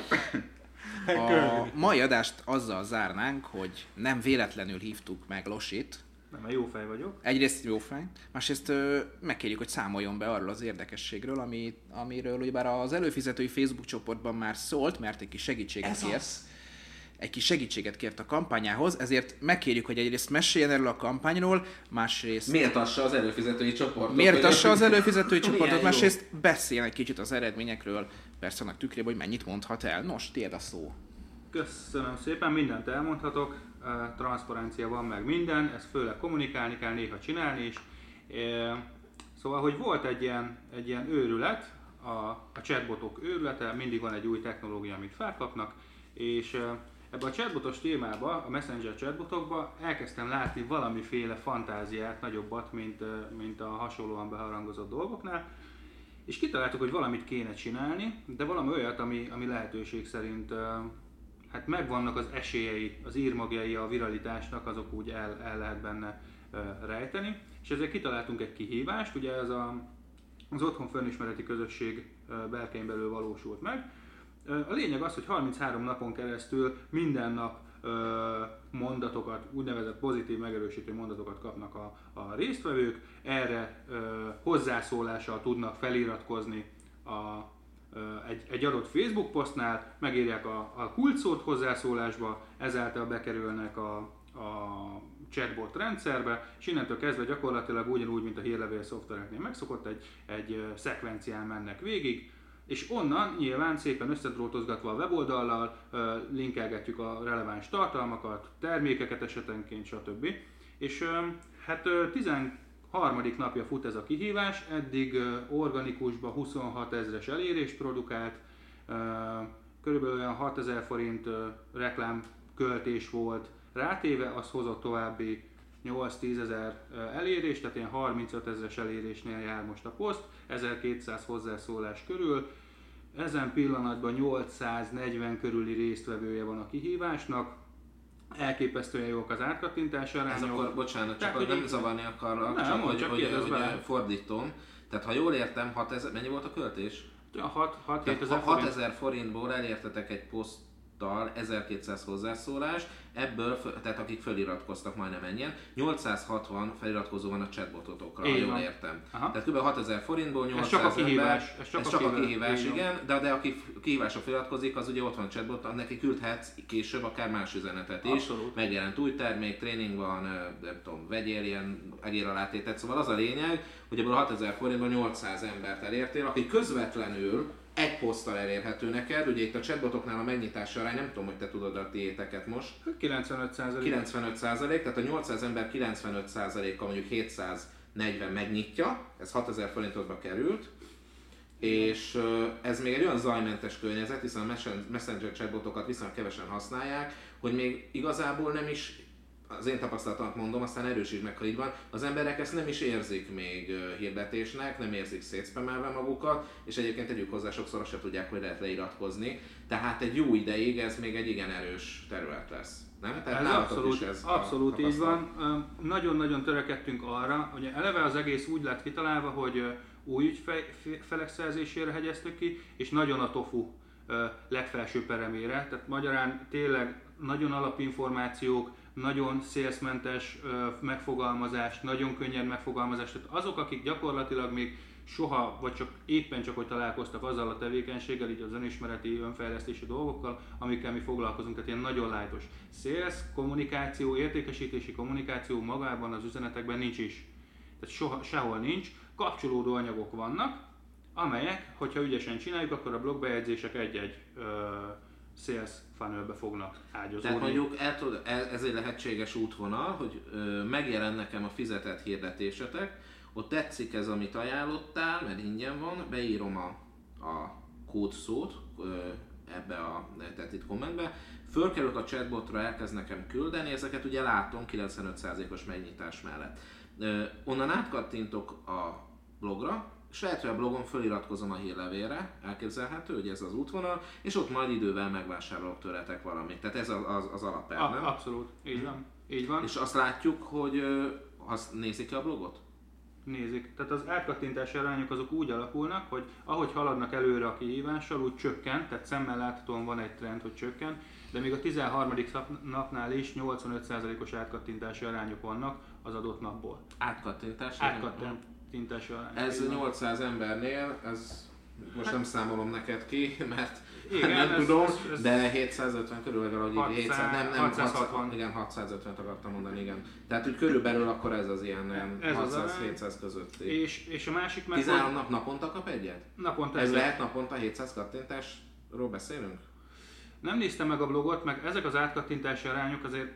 A mai adást azzal zárnánk, hogy nem véletlenül hívtuk meg Losit. Nem, mert jó fej vagyok. Egyrészt jó fej, másrészt megkérjük, hogy számoljon be arról az érdekességről, amiről ugyebár az előfizetői Facebook csoportban már szólt, mert egy kis segítséget kért. Egy kis segítséget kért a kampányához, ezért megkérjük, hogy egyrészt meséljen erről a kampányról, másrészt... Méltassa az előfizetői csoportot. Méltassa az előfizetői csoportot, másrészt beszéljen egy kicsit az eredményekről, persze annak tükrében, hogy mennyit mondhat el. Nos, tiéd a szó. Köszönöm szépen, mindent elmondhatok, transzparencia van meg minden, ezt főleg kommunikálni kell, néha csinálni is. Szóval, hogy volt egy ilyen őrület, a chatbotok őrülete, mindig van egy új technológia, amit felkapnak, és ebben a chatbotos témában, a Messenger chatbotokban elkezdtem látni valamiféle fantáziát, nagyobbat, mint a hasonlóan beharangozott dolgoknál, és kitaláltuk, hogy valamit kéne csinálni, de valami olyat, ami lehetőség szerint hát megvannak az esélyei, az írmagjai a viralitásnak, azok úgy el lehet benne rejteni. És ezért kitaláltunk egy kihívást, ugye ez az Otthon Fönismereti Közösség berkein belül valósult meg. A lényeg az, hogy 33 napon keresztül minden nap mondatokat, úgynevezett pozitív megerősítő mondatokat kapnak a résztvevők, erre hozzászólással tudnak feliratkozni egy adott Facebook posztnál, megírják a kulcsszót hozzászólásba, ezáltal bekerülnek a chatbot rendszerbe, és innentől kezdve gyakorlatilag ugyanúgy, mint a hírlevél szoftvereknél megszokott, egy szekvencián mennek végig, és onnan nyilván szépen összedrótozgatva a weboldallal linkelgetjük a releváns tartalmakat, termékeket esetenként, stb. És hát 13. napja fut ez a kihívás, eddig organikusban 26 000-es elérést produkált, körülbelül olyan 6 000 forint reklámköltés volt rátéve, az hozott további 8-10 ezer elérés, tehát ilyen 35 000-es elérésnél jár most a poszt, 1200 hozzászólás körül. Ezen pillanatban 840 körüli résztvevője van a kihívásnak, elképesztően jók az átkattintási arányok. Ez akkor, bocsánat, csak nem zavarni akarlak, nem, csak hogy fordítom. Tehát ha jól értem, 6000, mennyi volt a költés? 6 000 forintból elértetek egy poszttal 1200 hozzászólást, ebből, tehát akik feliratkoztak majdnem ennyien, 860 feliratkozó van a chatbototokra, ha jól értem. Aha. Tehát kb. 6000 forintból 800 ember, ez csak a kihívás, igen, de aki kihívásra feliratkozik, az ugye ott van a chatbot, neki küldhetsz később akár más üzenetet is. Abszolút. Megjelent új termék, tréning van, nem tudom, vegyél ilyen egéralátétet, szóval az a lényeg, hogy ebből a 6000 forintból 800 embert elértél, aki közvetlenül egy poszttal elérhető neked, ugye itt a chatbotoknál a megnyitási arány, nem tudom, hogy te tudod a tiéteket most. 95%, tehát a 800 ember 95%-a mondjuk 740 megnyitja, ez 6000 forintotba került, és ez még egy olyan zajmentes környezet, hiszen a Messenger chatbotokat viszonylag kevesen használják, hogy még igazából nem is, az én tapasztalatomat mondom, aztán erősítsd meg, ha így van, az emberek ezt nem is érzik még hirdetésnek, nem érzik szétszpemelve magukat, és egyébként tegyük hozzá, sokszor azt sem tudják, hogy lehet leiratkozni. Tehát egy jó ideig ez még egy igen erős terület lesz. Nem? Tehát ez abszolút így van. Nagyon-nagyon törekedtünk arra, hogy eleve az egész úgy lett kitalálva, hogy új ügyfelek szerzésére hegyeztük ki, és nagyon a tofu legfelső peremére. Tehát magyarán tényleg nagyon alapinformációk, nagyon szélszmentes megfogalmazás, nagyon könnyed megfogalmazás. Tehát azok, akik gyakorlatilag még soha, vagy csak éppen csak hogy találkoztak azzal a tevékenységgel, így az önismereti, önfejlesztési dolgokkal, amikkel mi foglalkozunk, tehát ilyen nagyon lájtos. Sales, kommunikáció, értékesítési kommunikáció magában az üzenetekben nincs is. Tehát sehol nincs. Kapcsolódó anyagok vannak, amelyek, hogyha ügyesen csináljuk, akkor a blogbejegyzések egy-egy sales funnelbe fognak ágyazódni. Tehát mondjuk ez egy lehetséges útvonal, hogy megjelent nekem a fizetett hirdetésetek, ott tetszik ez, amit ajánlottál, mert ingyen van, beírom a kódszót ebbe a itt kommentbe, fölkerülök a chatbotra, elkezd nekem küldeni, ezeket ugye látom 95%-os megnyitás mellett. Onnan átkattintok a blogra, és lehet, hogy a blogon föliratkozom a hírlevélre, elképzelhető, hogy ez az útvonal, és ott majd idővel megvásárolok tőletek valamit. Tehát ez az alapelv, nem? Abszolút, így van. Így van. És azt látjuk, hogy nézik a blogot? Nézik. Tehát az átkattintási arányok azok úgy alakulnak, hogy ahogy haladnak előre a kihívással, úgy csökken, tehát szemmel láthatóan van egy trend, hogy csökken, de még a 13. napnál is 85%-os átkattintási arányok vannak az adott napból. Átkattintási arány. Ez 800 embernél, ez most nem számolom neked ki, mert igen, nem tudom, de 750 körül legalább 650-t akartam mondani, igen. Tehát úgy körülbelül akkor ez az ilyen 600-700 közötti. És a másik meg... 13 naponta kap egyet? Naponta ez lehet naponta 700 kattintásról beszélünk? Nem néztem meg a blogot, meg ezek az átkattintási arányok azért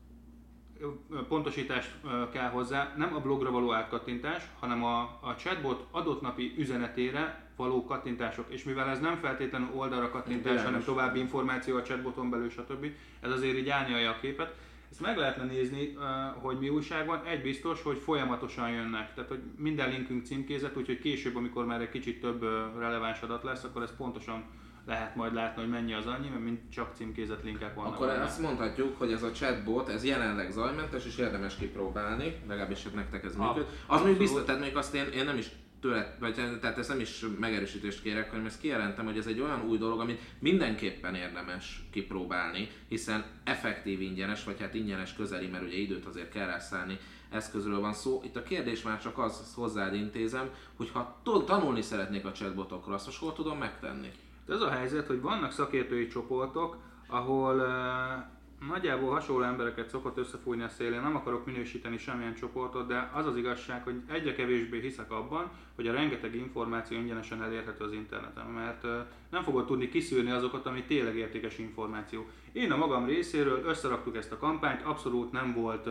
pontosítást kell hozzá, nem a blogra való átkattintás, hanem a chatbot adott napi üzenetére való kattintások, és mivel ez nem feltétlenül oldalra kattintás, hanem további információ a chatboton belül, stb. Ez azért így árnyalja a képet. Ezt meg lehetne nézni, hogy mi újság van. Egy biztos, hogy folyamatosan jönnek, tehát hogy minden linkünk címkézett, úgyhogy később, amikor már egy kicsit több releváns adat lesz, akkor ez pontosan lehet majd látni, hogy mennyi az annyi, mert mind csak címkézett linkek vannak. Akkor azt mondhatjuk, hogy ez a chatbot, ez jelenleg zajmentes, és érdemes kipróbálni, legalábbis nektek ez működ. Az még biztos, tehát még azt én nem is tőle, vagy tehát ezt nem is megerősítést kérek, hanem ezt kijelentem, hogy ez egy olyan új dolog, amit mindenképpen érdemes kipróbálni, hiszen effektív ingyenes, vagy hát ingyenes közeli, mert ugye időt azért kell rászállni, eszközről van szó. Itt a kérdés már csak az, hozzád intézem, hogy ha tanulni szeretnék a chatbotokról, azt most hol tudom megtenni? Ez a helyzet, hogy vannak szakértői csoportok, ahol Nagyjából hasonló embereket szokott összefújni a szélén, nem akarok minősíteni semmilyen csoportot, de az az igazság, hogy egyre kevésbé hiszek abban, hogy a rengeteg információ ingyenesen elérhető az interneten, mert nem fogod tudni kiszűrni azokat, ami tényleg értékes információ. Én a magam részéről összeraktuk ezt a kampányt, abszolút nem volt,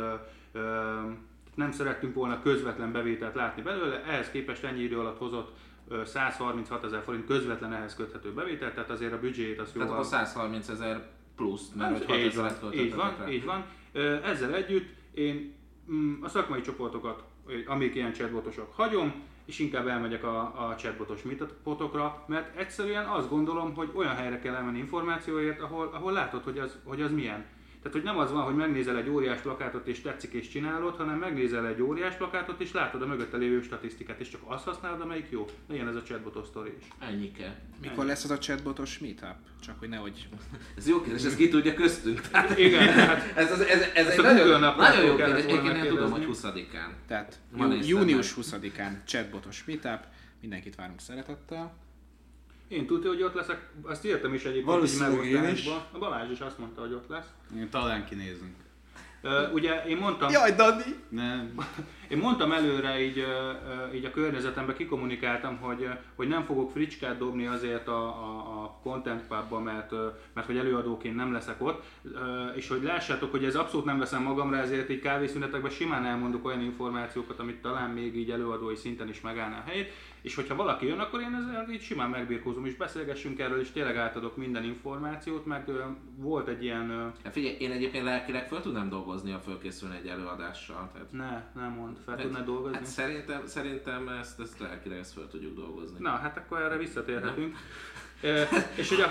nem szerettünk volna közvetlen bevételt látni belőle, ehhez képest ennyi idő alatt hozott 136 000 forint közvetlen ehhez köthető bevételt, tehát azért a büdzséjét az jóval... Tehát akkor 130 000 plusz, mert hogy 6 000 így van. Ezzel együtt én a szakmai csoportokat, amik ilyen chatbotosok, hagyom, és inkább elmegyek a chatbotos meetupokra, mert egyszerűen azt gondolom, hogy olyan helyre kell elmenni információért, ahol látod, hogy az milyen. Tehát, hogy nem az van, hogy megnézel egy óriás plakátot és tetszik és csinálod, hanem megnézel egy óriás plakátot és látod a mögötte lévő statisztikát, és csak azt használod, amelyik jó. Na ilyen ez a chatbotos sztori is. Ennyike. Mikor lesz az a chatbotos meetup? Csak hogy nehogy... Ez jó kérdés, ezt ki tudja köztünk. Igen, tehát ez egy nagyon jó kérdés, én tudom, hogy 20-án. Tehát június 20-án chatbotos meetup, mindenkit várunk szeretettel. Én tudja, hogy ott leszek, azt írtam is egyébként egy megosztásban. A Balázs is azt mondta, hogy ott lesz. Talán kinézünk. Ugye én mondtam... Jaj, Dani! Nem. Én mondtam előre, így a környezetemben kikommunikáltam, hogy nem fogok fricskát dobni azért a Content Pubba, mert hogy előadóként nem leszek ott, és hogy lássátok, hogy ez abszolút nem veszem magamra, ezért így kávészünetekben simán elmondok olyan információkat, amit talán még így előadói szinten is megállná a helyét, és hogyha valaki jön, akkor én ezzel így simán megbirkózom, és beszélgessünk erről, és tényleg átadok minden információt, meg volt egy ilyen... Figyelj, én egyébként lelkileg fel tudnám dolgozni, ha fölkészülne egy előadással. Tehát... Nem mond, fel tudnád dolgozni? Hát szerintem ezt lelkileg ezt fel tudjuk dolgozni. Na, hát akkor erre visszatérhetünk. És hogy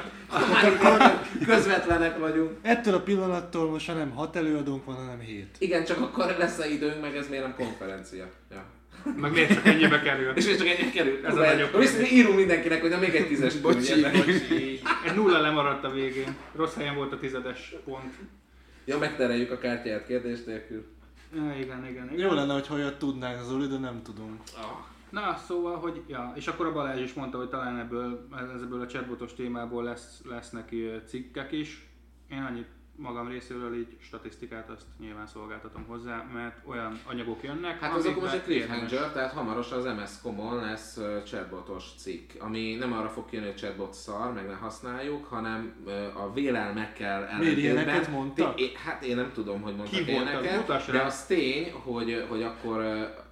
közvetlenek vagyunk. Ettől a pillanattól most már nem 6 előadónk van, hanem 7. Igen, csak akkor lesz időnk, meg ez miért nem konferencia. Ja. Meg miért csak ennyibe kerül? És miért csak ennyibe kerül? Ez a nagyobb. Írunk mindenkinek, hogy még egy 10-es. Bocsi. Egy 0 lemaradt a végén. Rossz helyen volt a 10-es pont. Ja, megtereljük a kártyáját kérdés nélkül. Igen. Jó lenne, hogy olyat tudnánk, Zoli, de nem tudunk. Na, szóval, hogy... Ja, és akkor a Balázs is mondta, hogy talán ebből a chatbotos témából lesznek cikkek is. Én annyit magam részéről így statisztikát azt nyilván szolgáltatom hozzá, mert olyan anyagok jönnek, hát az akkor most egy cliffhanger, tehát hamarosan az MS-Common lesz chatbotos cikk, ami nem arra fog kijönni, hogy chatbot szar, meg ne használjuk, hanem a vélelmekkel ellentétben. Miért ilyeneket mondtak? Hát én nem tudom, hogy mondtak ilyeneket, de az tény, hogy akkor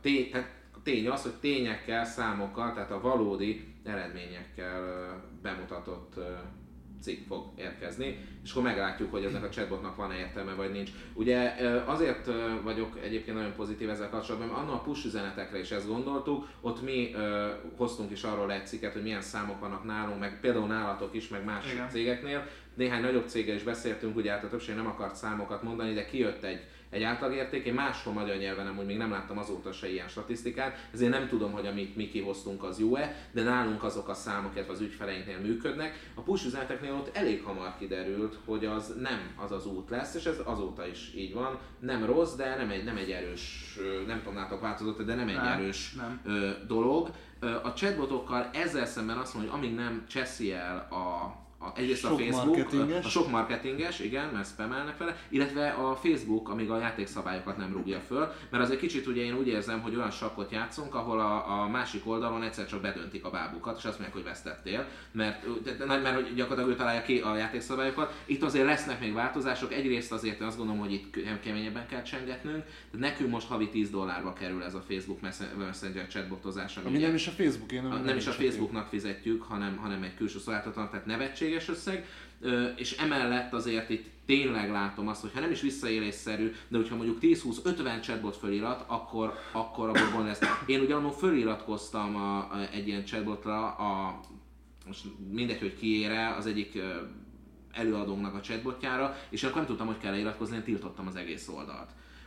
tény az, hogy tényekkel, számokkal, tehát a valódi eredményekkel bemutatott cikk fog érkezni, és akkor meglátjuk, hogy ennek a chatbotnak van-e értelme, vagy nincs. Ugye azért vagyok egyébként nagyon pozitív ezzel kapcsolatban, mert annak a push üzenetekre is ezt gondoltuk, ott mi hoztunk is arról egy cikket, hogy milyen számok vannak nálunk, meg például nálatok is, meg más cégeknél. Néhány nagyobb céggel is beszéltünk, ugye hát a többség nem akart számokat mondani, de kijött egy átlagérték, én máshol magyar nyelven amúgy még nem láttam azóta se ilyen statisztikát, ezért nem tudom, hogy amit mi kihoztunk az jó-e, de nálunk azok a számok, illetve az ügyfeleinknél működnek. A push üzeneteknél ott elég hamar kiderült, hogy az nem az az út lesz, és ez azóta is így van. Nem rossz, de nem egy erős, nem tudom, nálatok változott, de nem egy erős dolog. A chatbotokkal ezzel szemben azt mondom, hogy amíg nem cseszi el egyrészt a Facebook, a sok marketinges, igen, mert spamelnek vele, illetve a Facebook, amíg a játékszabályokat nem rúgja föl, mert az egy kicsit ugye én úgy érzem, hogy olyan sakkot játszunk, ahol a másik oldalon egyszer csak bedöntik a bábukat, és azt mondják, hogy vesztettél, mert hogy gyakorlatilag ő találja ki a játékszabályokat. Itt azért lesznek még változások, egyrészt azért azt gondolom, hogy itt keményebben kell csengetnünk, de nekünk most havi $10 kerül ez a Facebook Messenger chatbotozás, ami nem is a Facebooké, nem is a Facebooknak fizetjük, hanem egy külső szolgáltatónak, tehát nevetséges összeg, és emellett azért itt tényleg látom azt, hogy ha nem is visszaélésszerű, de hogyha mondjuk 10-20-50 chatbot fölirat, akkor abból lesz. Én ugye annól föliratkoztam egy ilyen chatbotra, most mindegy, hogy kiére, az egyik előadónknak a chatbotjára, és akkor nem tudtam, hogy kell iratkozni, én tiltottam az egész oldalt.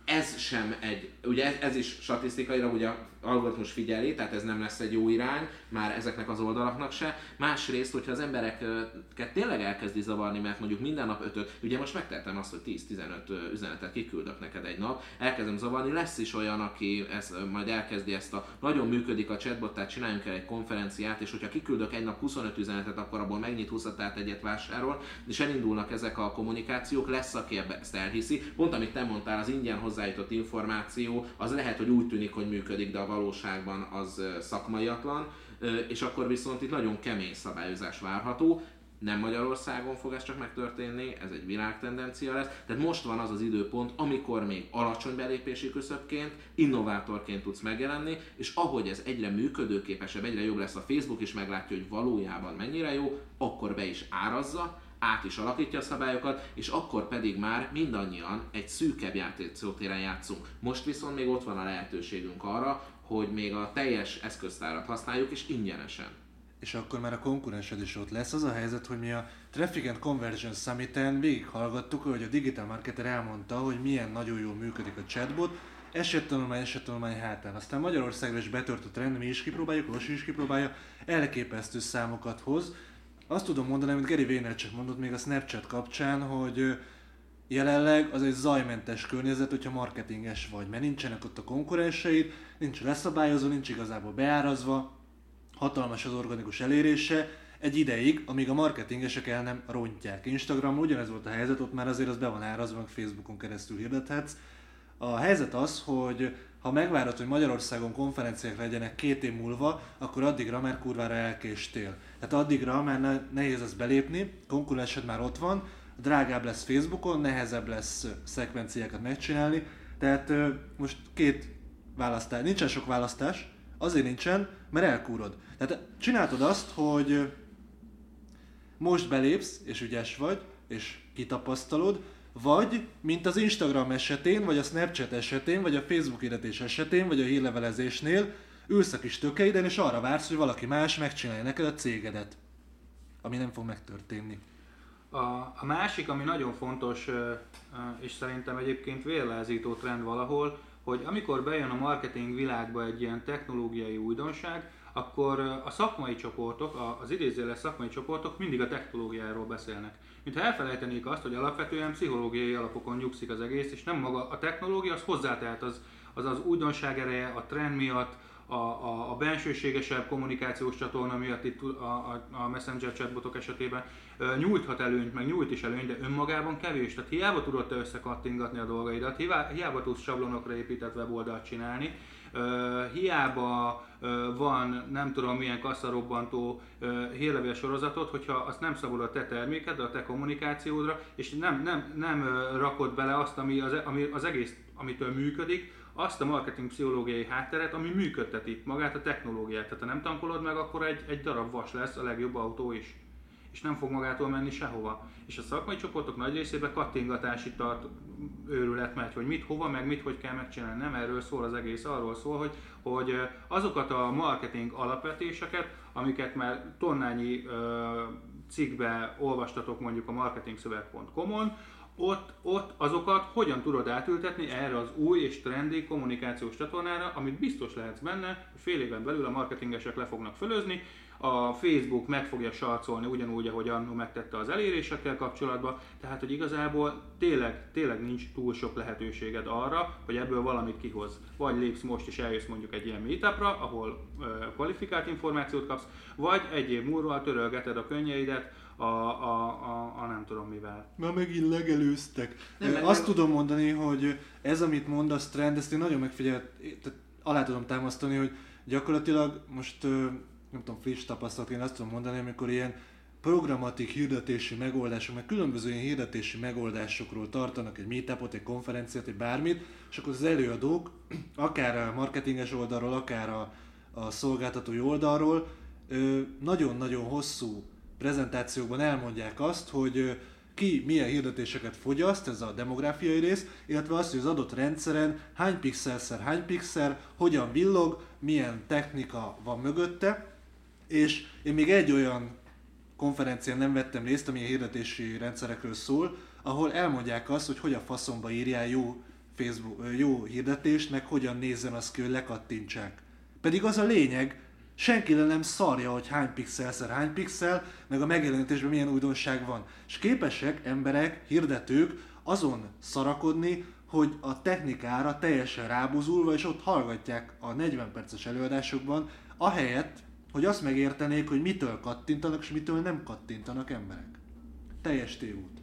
ez sem ugye ez is statisztikailag ugye algoritmus figyeli, tehát ez nem lesz egy jó irány, már ezeknek az oldalaknak se. Másrészt, hogyha az embereket tényleg elkezdi zavarni, mert mondjuk minden nap 5-öt, ugye most megtehetem azt, hogy 10-15 üzenetet kiküldök neked egy nap, elkezdem zavarni, lesz is olyan, aki majd elkezdi ezt nagyon működik a chatbot, tehát csináljunk el egy konferenciát, és hogyha kiküldök egy nap 25 üzenetet, akkor abból megnyit 20-at, tehát egyet vásárol, és elindulnak ezek a kommunikációk, lesz, aki ezt elhiszi. Pont amit te mondtál, az ingyen hozzájutott információ, az lehet, hogy úgy tűnik, hogy működik, de a valóságban az szakmaiatlan, és akkor viszont itt nagyon kemény szabályozás várható. Nem Magyarországon fog ez csak megtörténni, ez egy világtendencia lesz. Tehát most van az az időpont, amikor még alacsony belépési küszöbként, innovátorként tudsz megjelenni, és ahogy ez egyre működőképesebb, egyre jobb lesz, a Facebook is meglátja, hogy valójában mennyire jó, akkor be is árazza, át is alakítja a szabályokat, és akkor pedig már mindannyian egy szűkebb játékszótéren játszunk. Most viszont még ott van a lehetőségünk arra, hogy még a teljes eszköztárat használjuk, és ingyenesen. És akkor már a konkurensed is ott lesz. Az a helyzet, hogy mi a Traffic and Conversion Summit-en végighallgattuk, hogy a Digital Marketer elmondta, hogy milyen nagyon jól működik a chatbot, esettanulmány hátán. Aztán Magyarországra is betört a trend, mi is kipróbáljuk, Rosi is kipróbálja, elképesztő számokat hoz. Azt tudom mondani, amit Gary Vaynerchuk mondott még a Snapchat kapcsán, hogy jelenleg az egy zajmentes környezet, hogyha marketinges vagy, mert nincsenek ott a konkurenseid, nincs leszabályozva, nincs igazából beárazva, hatalmas az organikus elérése, egy ideig, amíg a marketingesek el nem rontják. Instagramon ugyanez volt a helyzet, ott már azért az be van árazva, meg Facebookon keresztül hirdethetsz. A helyzet az, hogy ha megvárod, hogy Magyarországon konferenciák legyenek 2 év múlva, akkor addigra már kurvára elkéstél. Tehát addigra már nehéz lesz belépni, konkurensed már ott van, drágább lesz Facebookon, nehezebb lesz szekvenciákat megcsinálni. Tehát most 2 választás, nincsen sok választás, azért nincsen, mert elkúrod. Tehát csináltad azt, hogy most belépsz, és ügyes vagy, és kitapasztalod, vagy, mint az Instagram esetén, vagy a Snapchat esetén, vagy a Facebook hirdetés esetén, vagy a hírlevelezésnél, ülsz a kis tökeiden, és arra vársz, hogy valaki más megcsinálja neked a cégedet. Ami nem fog megtörténni. A másik, ami nagyon fontos, és szerintem egyébként vérlázító trend valahol, hogy amikor bejön a marketing világba egy ilyen technológiai újdonság, akkor a szakmai csoportok, az idézőjeles szakmai csoportok mindig a technológiáról beszélnek. Mintha elfelejtenék azt, hogy alapvetően pszichológiai alapokon nyugszik az egész, és nem maga a technológia, az hozzátehet az újdonság ereje, a trend miatt, a bensőségesebb kommunikációs csatorna miatt itt a Messenger chatbotok esetében nyújthat előnyt, meg nyújt is előnyt, de önmagában kevés. Tehát hiába tudod te összekattingatni a dolgaidat, hiába tudsz sablonokra épített weboldalt csinálni, hiába van nem tudom milyen kasszarobbantó hírlevél sorozatot, hogyha azt nem szabad a te terméked, a te kommunikációdra, és nem rakod bele azt, ami az egész, amitől működik, azt a marketing pszichológiai hátteret, ami működteti magát a technológiát. Tehát ha nem tankolod meg, akkor egy darab vas lesz, a legjobb autó is. És nem fog magától menni sehova. És a szakmai csoportok nagy részében kattingatási őrület megy, hogy mit, hova, meg mit, hogy kell megcsinálni. Nem erről szól az egész, arról szól, hogy azokat a marketing alapvetéseket, amiket már tonnányi cikkbe olvastatok mondjuk a marketingszöveg.com-on, ott azokat hogyan tudod átültetni erre az új és trendi kommunikációs csatornára, amit biztos lehetsz benne, hogy fél éven belül a marketingesek le fognak fölözni, a Facebook meg fogja sarcolni ugyanúgy, ahogy annó megtette az elérésekkel kapcsolatban, tehát hogy igazából tényleg nincs túl sok lehetőséged arra, hogy ebből valamit kihoz. Vagy lépsz most és eljössz mondjuk egy ilyen meetupra, ahol kvalifikált információt kapsz, vagy egy év múlva törölgeted a könnyeidet, a nem tudom mivel. Már megint legelőztek. Azt tudom mondani, hogy ez, amit mondasz, trend, ezt én nagyon alá tudom támasztani, hogy gyakorlatilag most nem tudom, friss tapasztalatként azt tudom mondani, amikor ilyen programatik hirdetési megoldások, meg különböző ilyen hirdetési megoldásokról tartanak egy meetupot, egy konferenciát, egy bármit, és akkor az előadók, akár a marketinges oldalról, akár a szolgáltatói oldalról nagyon-nagyon hosszú prezentációkban elmondják azt, hogy ki milyen hirdetéseket fogyaszt, ez a demográfiai rész, illetve azt, hogy az adott rendszeren hány pixelszer hány pixel, hogyan villog, milyen technika van mögötte, és én még egy olyan konferencián nem vettem részt, ami a hirdetési rendszerekről szól, ahol elmondják azt, hogy a faszomba írjál jó Facebook, jó hirdetést, meg hogyan nézzen az ki, hogy lekattintsák. Pedig az a lényeg, senki nem szarja, hogy hány pixelszer hány pixel, meg a megjelenítésben milyen újdonság van. És képesek emberek, hirdetők azon szarakodni, hogy a technikára teljesen rábuzulva, és ott hallgatják a 40 perces előadásokban, ahelyett, hogy azt megértenék, hogy mitől kattintanak, és mitől nem kattintanak emberek. Teljes tévút.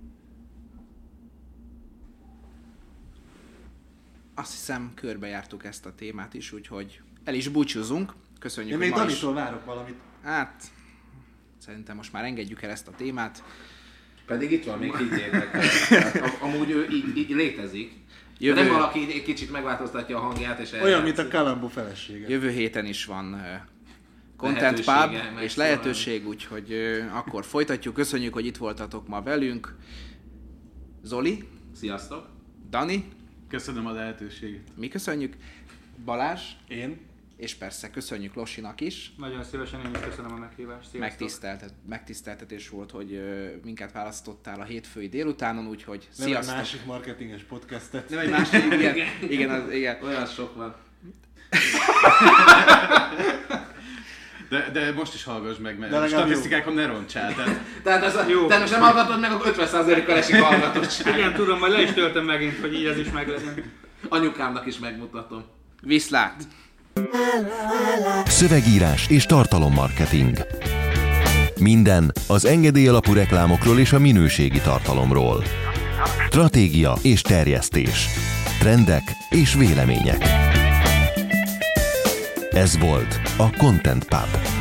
Azt hiszem, körbejártuk ezt a témát is, úgyhogy el is búcsúzunk. Köszönjük, én még Danitól várok valamit. Hát, szerintem most már engedjük el ezt a témát. Pedig itt van, még higgyétek. Amúgy ő így létezik. Nem valaki egy kicsit megváltoztatja a hangját, és olyan, mint a Kalambó felesége. Jövő héten is van Content Pub és lehetőség, úgyhogy akkor folytatjuk. Köszönjük, hogy itt voltatok ma velünk. Zoli. Sziasztok. Dani. Köszönöm a lehetőséget. Mi köszönjük. Balázs. Én. És persze köszönjük Losinak is. Nagyon szívesen én is köszönöm a meghívást. Megtiszteltetés volt, hogy minket választottál a hétfői délutánon, úgyhogy nem sziasztok. Nem egy másik marketinges podcastet. Nem egy másik, igen. Olyan sok van. De most is hallgass meg, mert a statisztikákon ne roncsál. Tehát ez jó. Te most nem hallgatod meg, akkor 50%-kal esik a hallgatottság. Igen, tudom, majd le is töltöm megint, hogy így ez is meg legyen. Anyukámnak is megmutatom. Viszlát! Szövegírás és tartalommarketing. Minden az engedély alapú reklámokról és a minőségi tartalomról. Stratégia és terjesztés. Trendek és vélemények. Ez volt a Content Pub.